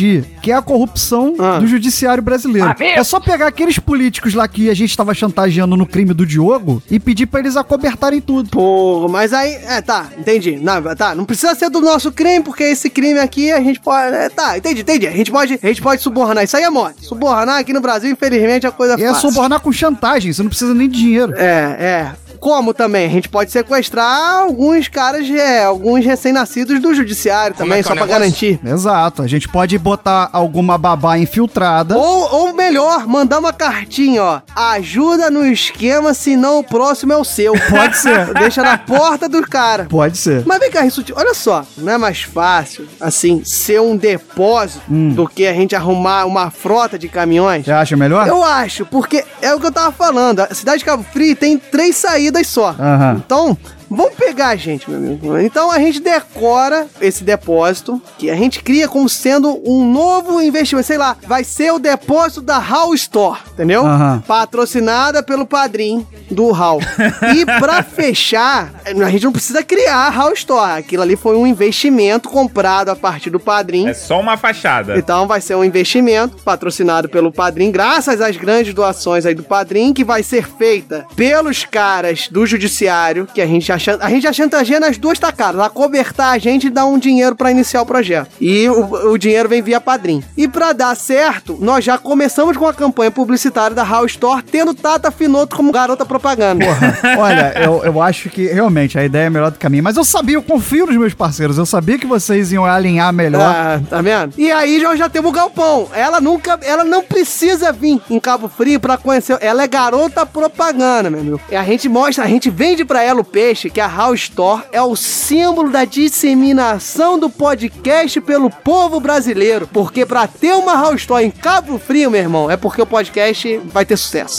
Speaker 4: que é a corrupção
Speaker 3: Ah.
Speaker 4: do judiciário brasileiro.
Speaker 3: Ah, mesmo?
Speaker 4: É só pegar aqueles políticos lá que a gente tava chantageando no crime do Diogo e pedir pra eles acobertarem tudo.
Speaker 3: Pô, mas aí... É, tá, entendi. Não, tá, não precisa ser do nosso crime, porque esse crime aqui a gente pode... É, tá, entendi, entendi. A gente pode, a gente pode subornar. Isso aí é morte. Subornar aqui no Brasil, infelizmente, é coisa
Speaker 4: E é
Speaker 3: fácil.
Speaker 4: subornar com chantagem, você não precisa nem de dinheiro.
Speaker 3: É, é. Como também? A gente pode sequestrar alguns caras, é, alguns recém-nascidos do judiciário também, só pra garantir.
Speaker 4: Exato, a gente pode botar alguma babá infiltrada.
Speaker 3: Ou, ou melhor, mandar uma cartinha, ó. Ajuda no esquema, senão o próximo é o seu.
Speaker 4: Pode ser.
Speaker 3: Deixa na porta do cara.
Speaker 4: Pode ser.
Speaker 3: Mas vem cá, Rissuti, olha só. Não é mais fácil, assim, ser um depósito
Speaker 4: Hum.
Speaker 3: do que a gente arrumar uma frota de caminhões?
Speaker 4: Você acha melhor?
Speaker 3: Eu acho, porque é o que eu tava falando. A cidade de Cabo Frio tem três saídas só.
Speaker 4: Aham.
Speaker 3: Então, vamos pegar a gente, meu amigo. Então a gente decora esse depósito, que a gente cria como sendo um novo investimento. Sei lá, vai ser o depósito da Hall Store, entendeu?
Speaker 4: Aham.
Speaker 3: Patrocinada pelo padrinho do Hall. E pra fechar, a gente não precisa criar a Hall Store. Aquilo ali foi um investimento comprado a partir do padrinho.
Speaker 2: É só uma fachada.
Speaker 3: Então vai ser um investimento patrocinado pelo padrinho, graças às grandes doações aí do padrinho, que vai ser feita pelos caras do judiciário, que a gente já, chan- a gente já chantageia nas duas tacadas, acobertar a gente e dar um dinheiro pra iniciar o projeto. E o, o dinheiro vem via padrinho. E pra dar certo, nós já começamos com a campanha publicitária da Hall Store, tendo Tata Finoto como garota propaganda.
Speaker 4: Porra, olha, eu, eu acho que realmente a ideia é melhor do que a minha, mas eu sabia, eu confio nos meus parceiros, eu sabia que vocês iam alinhar melhor.
Speaker 3: Ah, tá vendo? E aí já, já temos o galpão. Ela nunca, ela não precisa vir em Cabo Frio pra conhecer. Ela é garota propaganda, meu amigo. E a gente mostra, a gente vende pra ela o peixe, que a Hall Store é o símbolo da disseminação do podcast pelo povo brasileiro. Porque pra ter uma Hall Store em Cabo Frio, meu irmão, é porque o podcast vai ter sucesso.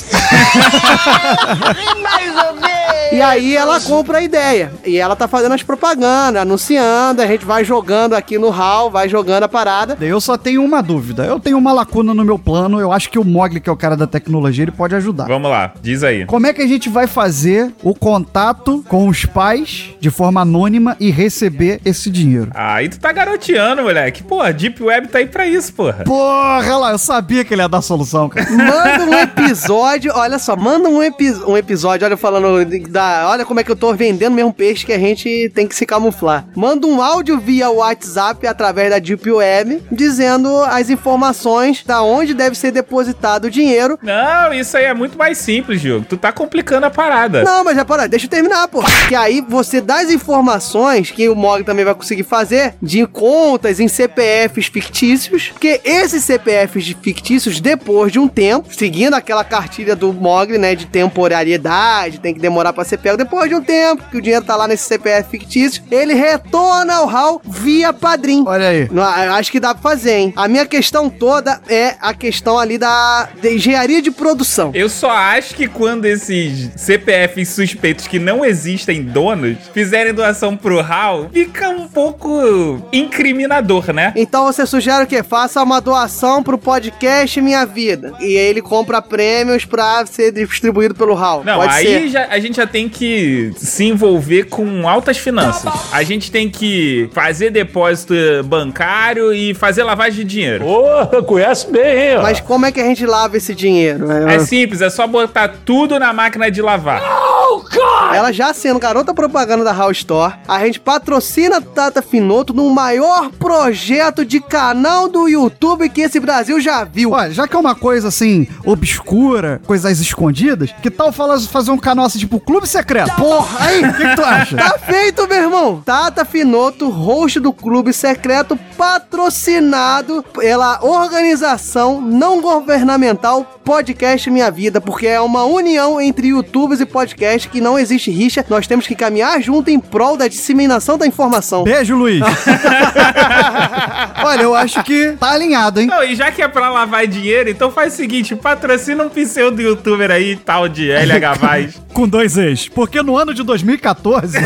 Speaker 12: Mais ou menos.
Speaker 3: E aí ela compra a ideia. E ela tá fazendo as propagandas, anunciando, a gente vai jogando aqui no hall, vai jogando a parada.
Speaker 4: Eu só tenho uma dúvida. Eu tenho uma lacuna no meu plano. Eu acho que o Mogli, que é o cara da tecnologia, ele pode ajudar.
Speaker 2: Vamos lá, diz aí.
Speaker 4: Como é que a gente vai fazer o contato com os pais de forma anônima e receber esse dinheiro?
Speaker 2: Aí tu tá garoteando, moleque. Pô, a Deep Web tá aí pra isso, porra.
Speaker 4: Porra, lá, eu sabia que ele ia dar solução, cara.
Speaker 3: Manda um episódio, olha só, manda um, epi um episódio, olha, falando da, olha como é que eu tô vendendo mesmo peixe que a gente tem que se camuflar. Manda um áudio via WhatsApp através da Deep Web, dizendo as informações da onde deve ser depositado o dinheiro.
Speaker 2: Não, isso aí é muito mais simples, Diogo. Tu tá complicando a parada.
Speaker 3: Não, mas já para, deixa eu terminar, pô. Que aí você dá as informações que o Mog também vai conseguir fazer de contas em C P Fs fictícios, porque esses C P Fs fictícios, depois de um tempo, seguindo aquela cartilha do Mogli, né, de temporariedade, tem que demorar pra ser pego, depois de um tempo, que o dinheiro tá lá nesse C P F fictício, ele retorna ao hall via padrinho.
Speaker 4: Olha aí.
Speaker 3: Não, acho que dá pra fazer, hein? A minha questão toda é a questão ali da, da engenharia de produção.
Speaker 2: Eu só acho que quando esses C P Fs suspeitos que não existem donos fizerem doação pro hall, fica um pouco incriminador, né?
Speaker 3: Então você sugere o quê? Faça uma doação pro podcast Minha Vida. E aí ele compra prêmios pra ser distribuído pelo hall.
Speaker 2: Não,
Speaker 3: Pode
Speaker 2: aí
Speaker 3: ser.
Speaker 2: já, a gente já tem que se envolver com altas finanças. A gente tem que fazer depósito bancário e fazer lavagem de dinheiro.
Speaker 5: Ô, conhece bem, hein? ó.
Speaker 3: Mas como é que a gente lava esse dinheiro?
Speaker 2: É simples, é só botar tudo na máquina de lavar.
Speaker 3: Ela já sendo garota propaganda da Hall Store, a gente patrocina Tata Finoto no maior projeto de canal do YouTube que esse Brasil já viu.
Speaker 4: Olha, já que é uma coisa assim, obscura, coisas escondidas, que tal fala- fazer um canal assim, tipo Clube Secreto?
Speaker 3: Porra, aí,
Speaker 4: O que, que tu acha?
Speaker 3: tá feito, meu irmão. Tata Finoto, host do Clube Secreto, patrocinado pela organização não governamental Podcast Minha Vida, porque é uma união entre YouTubers e podcast que não existe rixa. Nós temos que caminhar junto em prol da disseminação da informação.
Speaker 4: Beijo, Luiz. Olha, eu acho que tá alinhado, hein?
Speaker 2: Não, e já que é pra lavar dinheiro, então faz o seguinte, patrocina um pseudo youtuber aí, tal de L H Vaz.
Speaker 4: Com dois ex. Porque no ano de dois mil e quatorze...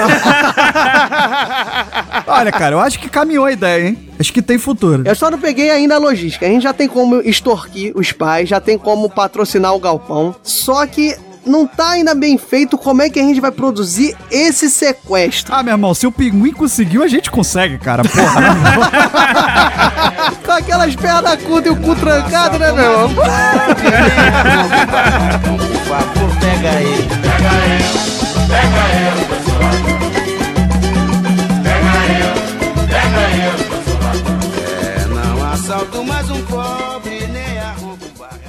Speaker 4: Olha, cara, eu acho que caminhou a ideia, hein? Acho que tem futuro.
Speaker 3: Eu só não peguei ainda a logística. A gente já tem como extorquir os pais, já tem como patrocinar o galpão. Só que não tá ainda bem feito como é que a gente vai produzir esse sequestro.
Speaker 4: Ah, meu irmão, se o Pinguim conseguiu, a gente consegue, cara. Porra, né?
Speaker 3: Com aquelas pernas curtas e o cu trancado, né, meu irmão?
Speaker 12: Por favor, pega ele. Pega ele, pega ele, pega ele, pega ele. É, não assalto mais um pobre, nem arrombo um barraco.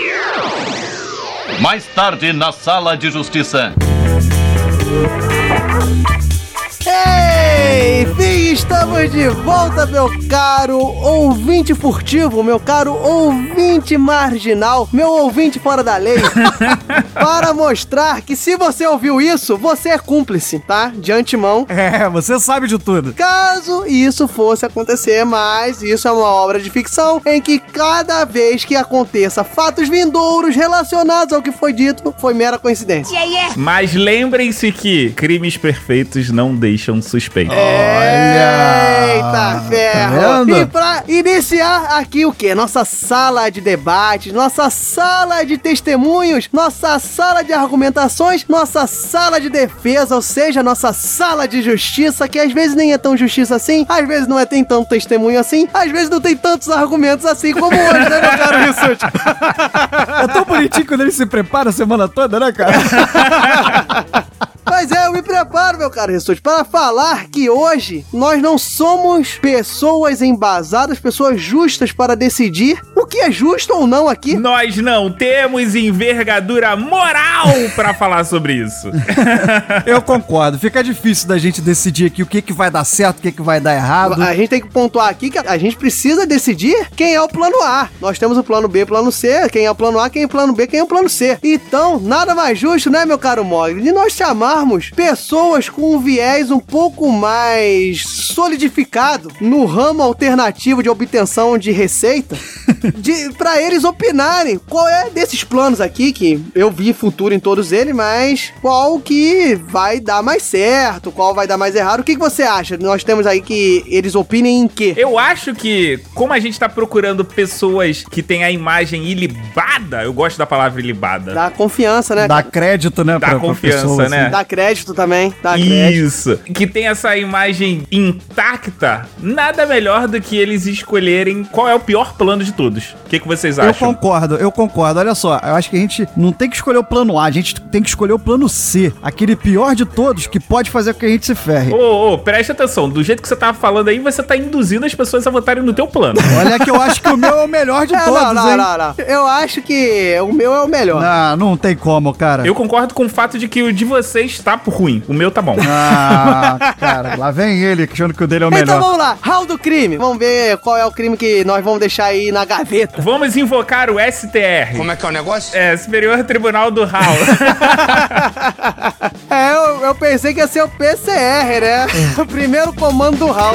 Speaker 1: Mais tarde, na Sala de Justiça.
Speaker 3: Ei, enfim, estamos de volta, meu caro ouvinte furtivo, meu caro ouvinte marginal, meu ouvinte fora da lei, para mostrar que se você ouviu isso, você é cúmplice, tá? De antemão.
Speaker 4: É, você sabe de tudo.
Speaker 3: Caso isso fosse acontecer, mas isso é uma obra de ficção em que cada vez que aconteça fatos vindouros relacionados ao que foi dito, foi mera coincidência.
Speaker 2: Yeah, yeah. Mas lembrem-se que crimes perfeitos não deixam suspeito.
Speaker 3: Eita ferro! Tá, e pra iniciar aqui o quê? Nossa sala de debates, nossa sala de testemunhos, nossa sala de argumentações, nossa sala de defesa, ou seja, nossa sala de justiça, que às vezes nem é tão justiça assim, às vezes não é tem tanto testemunho assim, às vezes não tem tantos argumentos assim como hoje, né, meu caro Rissuti?
Speaker 4: É tão bonitinho quando ele se prepara a semana toda, né, cara?
Speaker 3: Mas é, eu me preparo, meu caro Rissuti, para falar que hoje nós não somos pessoas embasadas, pessoas justas para decidir o que é justo ou não aqui.
Speaker 2: Nós não temos envergadura moral para falar sobre isso.
Speaker 4: Eu concordo. Fica difícil da gente decidir aqui o que, que vai dar certo, o que, que vai dar errado.
Speaker 3: A gente tem que pontuar aqui que a gente precisa decidir quem é o plano A. Nós temos o plano B, plano C, quem é o plano A, quem é o plano B, quem é o plano C. Então, nada mais justo, né, meu caro Mogli, de nós chamarmos pessoas com um viés um pouco mais solidificado no ramo alternativo de obtenção de receita, de, pra eles opinarem qual é desses planos aqui, que eu vi futuro em todos eles, mas qual que vai dar mais certo, qual vai dar mais errado. O que, que você acha? Nós temos aí que eles opinem em quê?
Speaker 2: Eu acho que, como a gente tá procurando pessoas que têm a imagem ilibada, eu gosto da palavra ilibada.
Speaker 3: Dá confiança, né?
Speaker 4: Dá crédito, né?
Speaker 2: Dá pra, confiança, pra pessoa, né?
Speaker 3: Assim. Dá crédito também, dá crédito.
Speaker 2: Isso. Que tem essa imagem intacta, nada melhor do que eles escolherem qual é o pior plano de todos. O que, que vocês acham?
Speaker 4: Eu concordo, eu concordo. Olha só, eu acho que a gente não tem que escolher o plano A, a gente tem que escolher o plano C. Aquele pior de todos que pode fazer com que a gente se ferre.
Speaker 2: Ô, ô, presta atenção. Do jeito que você tava falando aí, você tá induzindo as pessoas a votarem no teu plano.
Speaker 4: Olha que eu acho que o meu é o melhor de
Speaker 3: é,
Speaker 4: todos,
Speaker 3: não, não,
Speaker 4: hein?
Speaker 3: Não, não, não. Eu acho que o meu é o melhor.
Speaker 4: Não, não tem como, cara.
Speaker 2: Eu concordo com o fato de que o de vocês tá ruim. O meu tá bom.
Speaker 4: Ah, cara, lá vem ele achando que o dele é o melhor.
Speaker 3: Então vamos lá, hall do crime. Vamos ver qual é o crime que nós vamos deixar aí na gaveta.
Speaker 2: Vamos invocar o S T R.
Speaker 9: Como é que é o negócio?
Speaker 2: É, Superior Tribunal do Hall.
Speaker 3: É, eu, eu pensei que ia ser o P C R, né? O primeiro comando do hall.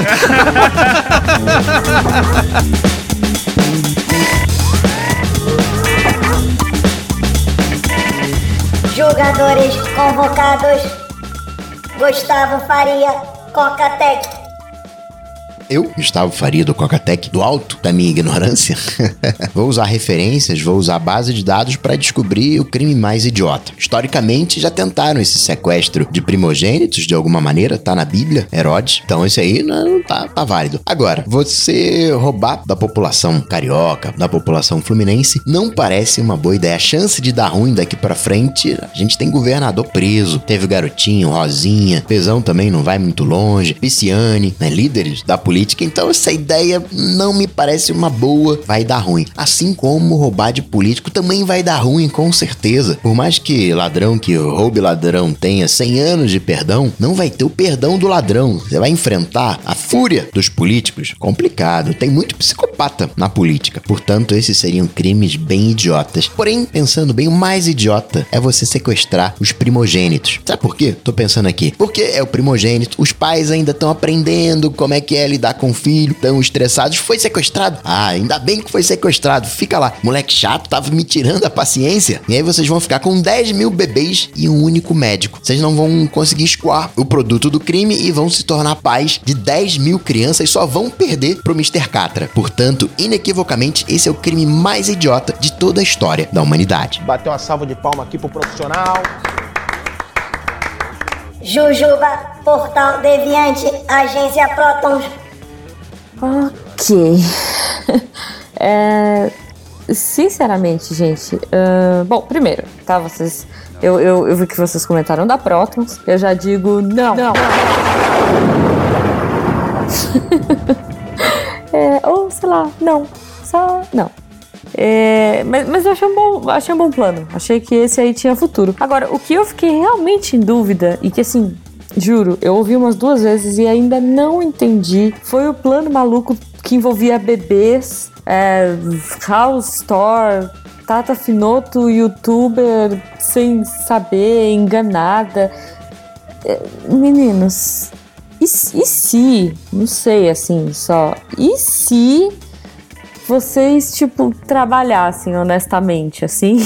Speaker 10: Jogadores convocados: Gustavo Faria, Coca-Tech.
Speaker 23: Eu, Gustavo Faria do Coca-Tech, do alto da minha ignorância, vou usar referências, vou usar base de dados para descobrir o crime mais idiota. Historicamente, já tentaram esse sequestro de primogênitos, de alguma maneira, tá na Bíblia, Herodes. Então esse aí não tá, tá válido. Agora, você roubar da população carioca, da população fluminense, não parece uma boa ideia. A chance de dar ruim daqui pra frente, a gente tem governador preso, teve Garotinho, Rosinha, Pezão também não vai muito longe, Pisciani, né, líderes da política. Então essa ideia não me parece uma boa, vai dar ruim. Assim como roubar de político também vai dar ruim, com certeza. Por mais que ladrão que roube ladrão tenha cem anos de perdão, não vai ter o perdão do ladrão. Você vai enfrentar a fúria dos políticos. Complicado, tem muito psicopata na política. Portanto, esses seriam crimes bem idiotas. Porém, pensando bem, o mais idiota é você sequestrar os primogênitos. Sabe por quê? Tô pensando aqui. Porque é o primogênito, os pais ainda estão aprendendo como é que é lidar lidar com o filho, tão estressados. Foi sequestrado? Ah, ainda bem que foi sequestrado. Fica lá. Moleque chato, tava me tirando a paciência. E aí vocês vão ficar com dez mil bebês e um único médico. Vocês não vão conseguir escoar o produto do crime e vão se tornar pais de dez mil crianças e só vão perder pro mister Catra. Portanto, inequivocamente, esse é o crime mais idiota de toda a história da humanidade.
Speaker 20: Bateu uma salva de palma aqui pro profissional.
Speaker 10: Jujuba, Portal Deviante, Agência Protons.
Speaker 6: Ok. é, sinceramente, gente. Uh, bom, primeiro, tá? Vocês. Eu, eu, eu vi que vocês comentaram da Protons. Eu já digo não. Não. é, ou sei lá, não. Só não. É, mas, mas eu achei um, bom, achei um bom plano. Achei que esse aí tinha futuro. Agora, o que eu fiquei realmente em dúvida, e que assim, juro, eu ouvi umas duas vezes e ainda não entendi, foi o plano maluco que envolvia bebês, é, House Store, Tata Finoto, youtuber, sem saber, enganada. É, meninos, e, e se, não sei assim, só, e se vocês, tipo, trabalhassem honestamente, assim,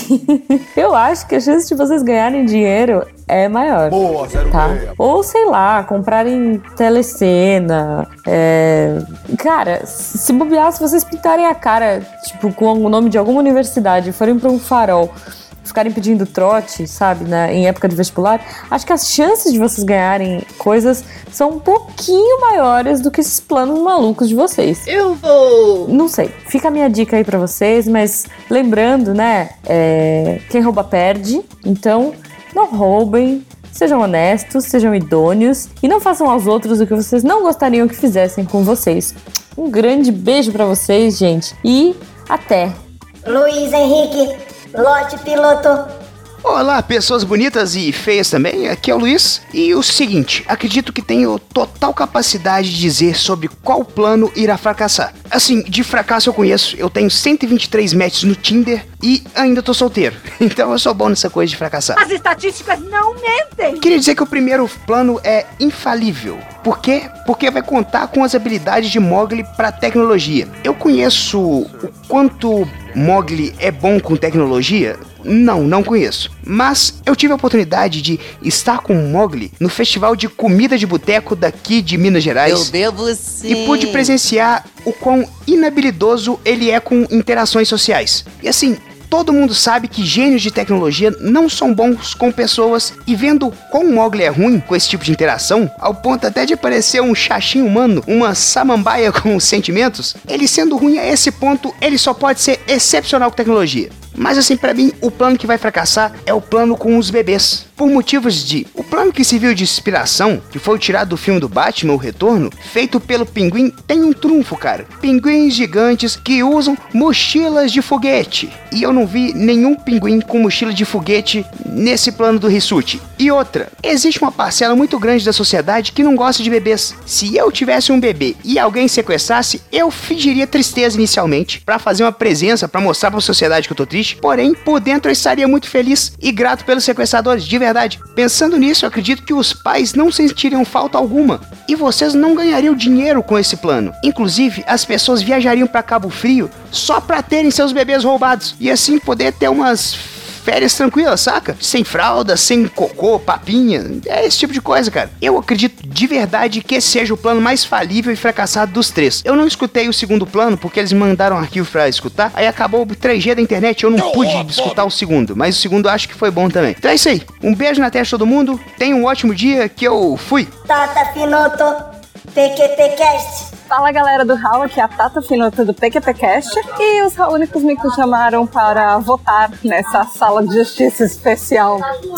Speaker 6: eu acho que a chance de vocês ganharem dinheiro é maior. Boa, zero tá? meia. Ou, sei lá, comprarem telecena. É... Cara, se bobear, se vocês pintarem a cara, tipo, com o nome de alguma universidade e forem pra um farol, ficarem pedindo trote, sabe, né, em época de vestibular, acho que as chances de vocês ganharem coisas são um pouquinho maiores do que esses planos malucos de vocês. Eu vou... Não sei, fica a minha dica aí pra vocês, mas lembrando, né, é... quem rouba perde, então não roubem, sejam honestos, sejam idôneos e não façam aos outros o que vocês não gostariam que fizessem com vocês. Um grande beijo pra vocês, gente, e até!
Speaker 10: Luiz Henrique, lote piloto.
Speaker 9: Olá, pessoas bonitas e feias também, aqui é o Luiz. E o seguinte, acredito que tenho total capacidade de dizer sobre qual plano irá fracassar. Assim, de fracasso eu conheço, eu tenho cento e vinte e três matches no Tinder e ainda tô solteiro. Então eu sou bom nessa coisa de fracassar.
Speaker 14: As estatísticas não mentem!
Speaker 9: Queria dizer que o primeiro plano é infalível. Por quê? Porque vai contar com as habilidades de Mowgli para tecnologia. Eu conheço o quanto Mowgli é bom com tecnologia? Não, não conheço. Mas eu tive a oportunidade de estar com o Mowgli no festival de comida de boteco daqui de Minas Gerais.
Speaker 8: Eu devo sim.
Speaker 9: E pude presenciar o quão inabilidoso ele é com interações sociais. E assim, todo mundo sabe que gênios de tecnologia não são bons com pessoas, e vendo o quão o Mowgli é ruim com esse tipo de interação, ao ponto até de parecer um xaxim humano, uma samambaia com sentimentos, ele sendo ruim a esse ponto, ele só pode ser excepcional com tecnologia. Mas assim, pra mim, o plano que vai fracassar é o plano com os bebês. Por motivos de... O plano que serviu de inspiração, que foi tirado do filme do Batman, O Retorno, feito pelo Pinguim, tem um trunfo, cara. Pinguins gigantes que usam mochilas de foguete. E eu não vi nenhum pinguim com mochila de foguete nesse plano do Rissuti. E outra, existe uma parcela muito grande da sociedade que não gosta de bebês. Se eu tivesse um bebê e alguém sequestrasse, eu fingiria tristeza inicialmente, pra fazer uma presença, pra mostrar pra sociedade que eu tô triste. Porém, por dentro eu estaria muito feliz e grato pelos sequestradores, de verdade. Pensando nisso, eu acredito que os pais não sentiriam falta alguma. E vocês não ganhariam dinheiro com esse plano. Inclusive, as pessoas viajariam para Cabo Frio só para terem seus bebês roubados. E assim poder ter umas férias tranquilas, saca? Sem fralda, sem cocô, papinha, é esse tipo de coisa, cara. Eu acredito de verdade que esse seja o plano mais falível e fracassado dos três. Eu não escutei o segundo plano porque eles me mandaram um arquivo pra escutar, aí acabou o três G da internet, eu não pude escutar o segundo, mas o segundo eu acho que foi bom também. Então é isso aí, um beijo na testa de todo mundo, tenha um ótimo dia, que eu fui!
Speaker 10: Tata Finoto, P Q P Cast.
Speaker 14: Fala galera do Hall, aqui é a Tata Finoto do P Q P Cast e os Raúnicos me chamaram para votar nessa sala de justiça especial.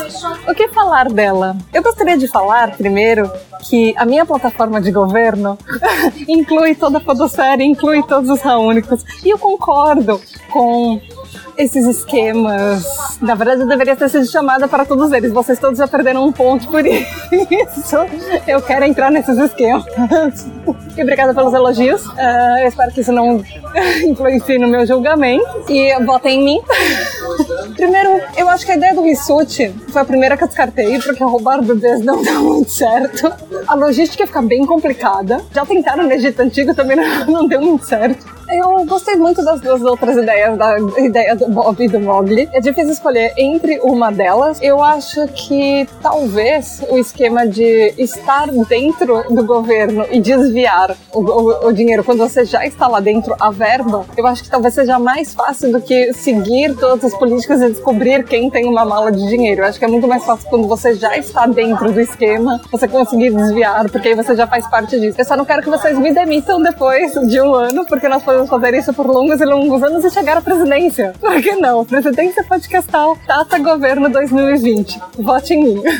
Speaker 14: O que falar dela? Eu gostaria de falar primeiro que a minha plataforma de governo inclui toda a podosfera, inclui todos os Raúnicos, e eu concordo com esses esquemas. Na verdade, eu deveria ter sido chamada para todos eles. Vocês todos já perderam um ponto por isso. Eu quero entrar nesses esquemas. E obrigada pelos elogios. Uh, eu espero que isso não influencie no meu julgamento. E votem em mim. Primeiro, eu acho que a ideia do Rissuti foi a primeira que eu descartei, porque roubar bebês não dá muito certo. A logística fica bem complicada. Já tentaram no Egito Antigo, também não, não deu muito certo. Eu gostei muito das duas outras ideias, da ideia do Bob e do Mowgli. É difícil escolher entre uma delas. Eu acho que talvez o esquema de estar dentro do governo e desviar o, o, o dinheiro quando você já está lá dentro, a verba, eu acho que talvez seja mais fácil do que seguir todas as políticas e descobrir quem tem uma mala de dinheiro. Eu acho que é muito mais fácil quando você já está dentro do esquema, você conseguir desviar, porque aí você já faz parte disso. Eu só não quero que vocês me demitam depois de um ano, porque nós podemos fazer isso por longos e longos anos e chegar à presidência. Por que não? Presidência Podcastal, Tata Governo dois mil e vinte. Vote em mim.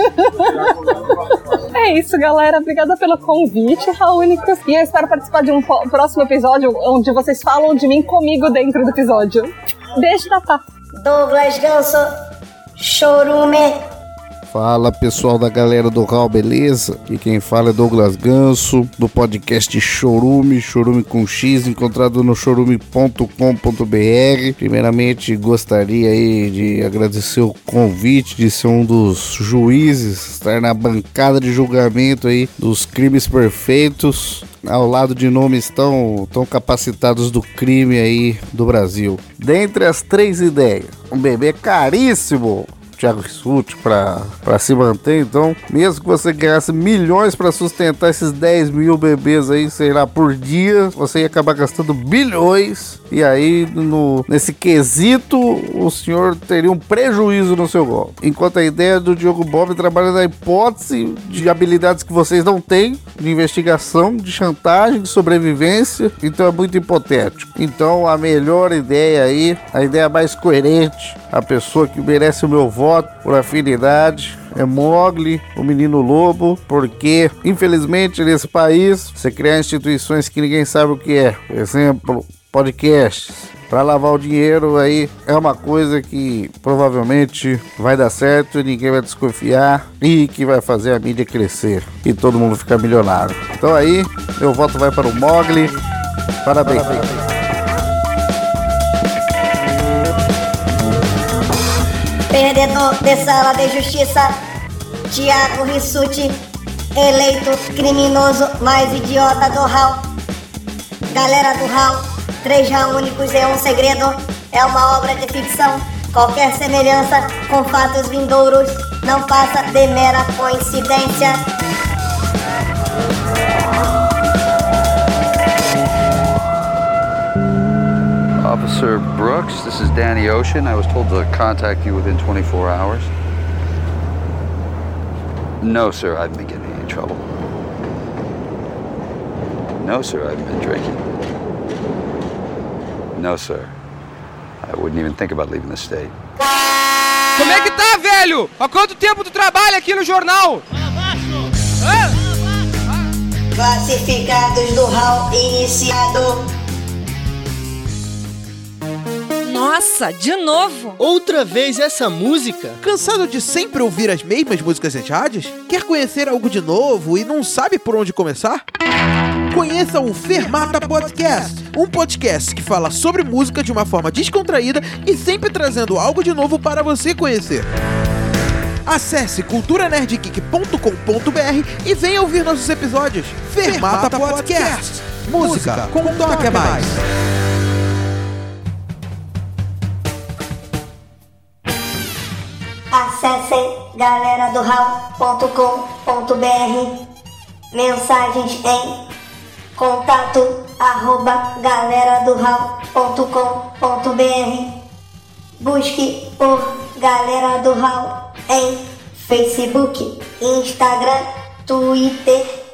Speaker 14: É isso, galera. Obrigada pelo convite, Raúnicos. E eu espero participar de um próximo episódio onde vocês falam de mim comigo dentro do episódio. Beijo da Tata.
Speaker 10: Douglas Ganso, Chorume.
Speaker 15: Fala pessoal da galera do Raul, beleza? Aqui quem fala é Douglas Ganso, do podcast Chorume, Chorume com X, encontrado no chorume ponto com ponto b r. Primeiramente gostaria aí de agradecer o convite de ser um dos juízes, estar na bancada de julgamento aí dos crimes perfeitos, ao lado de nomes tão, tão capacitados do crime aí do Brasil. Dentre as três ideias, um bebê caríssimo, Thiago Rissuti, pra, pra se manter, então, mesmo que você ganhasse milhões pra sustentar esses dez mil bebês aí, sei lá, por dia, você ia acabar gastando bilhões, e aí, no, nesse quesito, o senhor teria um prejuízo no seu golpe. Enquanto a ideia do Diogo Bob trabalha na hipótese de habilidades que vocês não têm, de investigação, de chantagem, de sobrevivência, então é muito hipotético. Então, a melhor ideia aí, a ideia mais coerente, a pessoa que merece o meu voto por afinidade, é Mowgli, o menino lobo, porque infelizmente nesse país você criar instituições que ninguém sabe o que é, por exemplo, podcasts, para lavar o dinheiro aí é uma coisa que provavelmente vai dar certo e ninguém vai desconfiar e que vai fazer a mídia crescer e todo mundo ficar milionário. Então aí, meu voto vai para o Mowgli. Parabéns. Parabéns.
Speaker 10: Perdedor de sala de justiça, Thiago Rissuti, eleito criminoso mais idiota do Raul. Galera do Raul, três Raúnicos e um segredo é uma obra de ficção. Qualquer semelhança com fatos vindouros não passa de mera coincidência.
Speaker 17: Officer Brooks, this is Danny Ocean. I was told to contact you within twenty-four hours. No, sir, I haven't been getting in any trouble. No, sir, I haven't been drinking. No, sir. I wouldn't even think about leaving the state.
Speaker 18: Como é que tá, velho? Há quanto tempo tu trabalha aqui no jornal?
Speaker 10: Classificados do Raul iniciado.
Speaker 24: Nossa, de novo?
Speaker 25: Outra vez essa música? Cansado de sempre ouvir as mesmas músicas enxadas? Quer conhecer algo de novo e não sabe por onde começar? Conheça o Fermata Podcast, um podcast que fala sobre música de uma forma descontraída e sempre trazendo algo de novo para você conhecer. Acesse cultura nerd geek ponto com ponto b r e venha ouvir nossos episódios. Fermata Podcast, música com toque a mais.
Speaker 10: Acessem galera do raul ponto com ponto b r, mensagens em contato arroba galera do raul ponto com ponto b r. Busque por Galera do Raul em Facebook, Instagram, Twitter